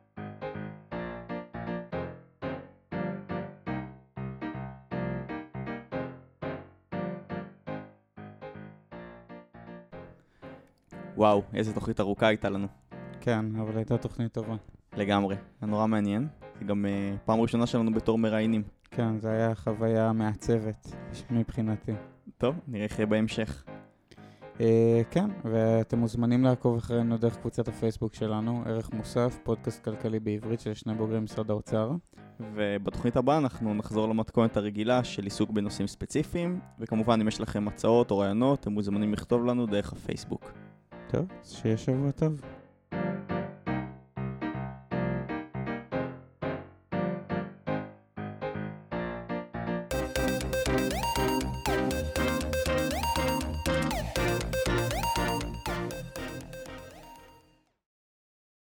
וואו, איזה תוכנית ארוכה הייתה לנו. כן, אבל הייתה תוכנית טובה. לגמרי, זה נורא מעניין. זה גם פעם ראשונה שלנו בתור מראיינים. כן, זה היה חוויה מעצבת מבחינתי. טוב, נראה איך יהיה בהמשך. כן, ואתם מוזמנים לעקוב אחרינו דרך קבוצת הפייסבוק שלנו, ערך מוסף, פודקאסט כלכלי בעברית של שני בוגרי משרד האוצר. ובתוכנית הבאה אנחנו נחזור למתכונת הרגילה של עיסוק בנושאים ספציפיים, וכמובן אם יש לכם הצעות או רעיונות, אתם מוזמנים לכתוב לנו דרך הפייסבוק. טוב, שיהיה שבוע טוב.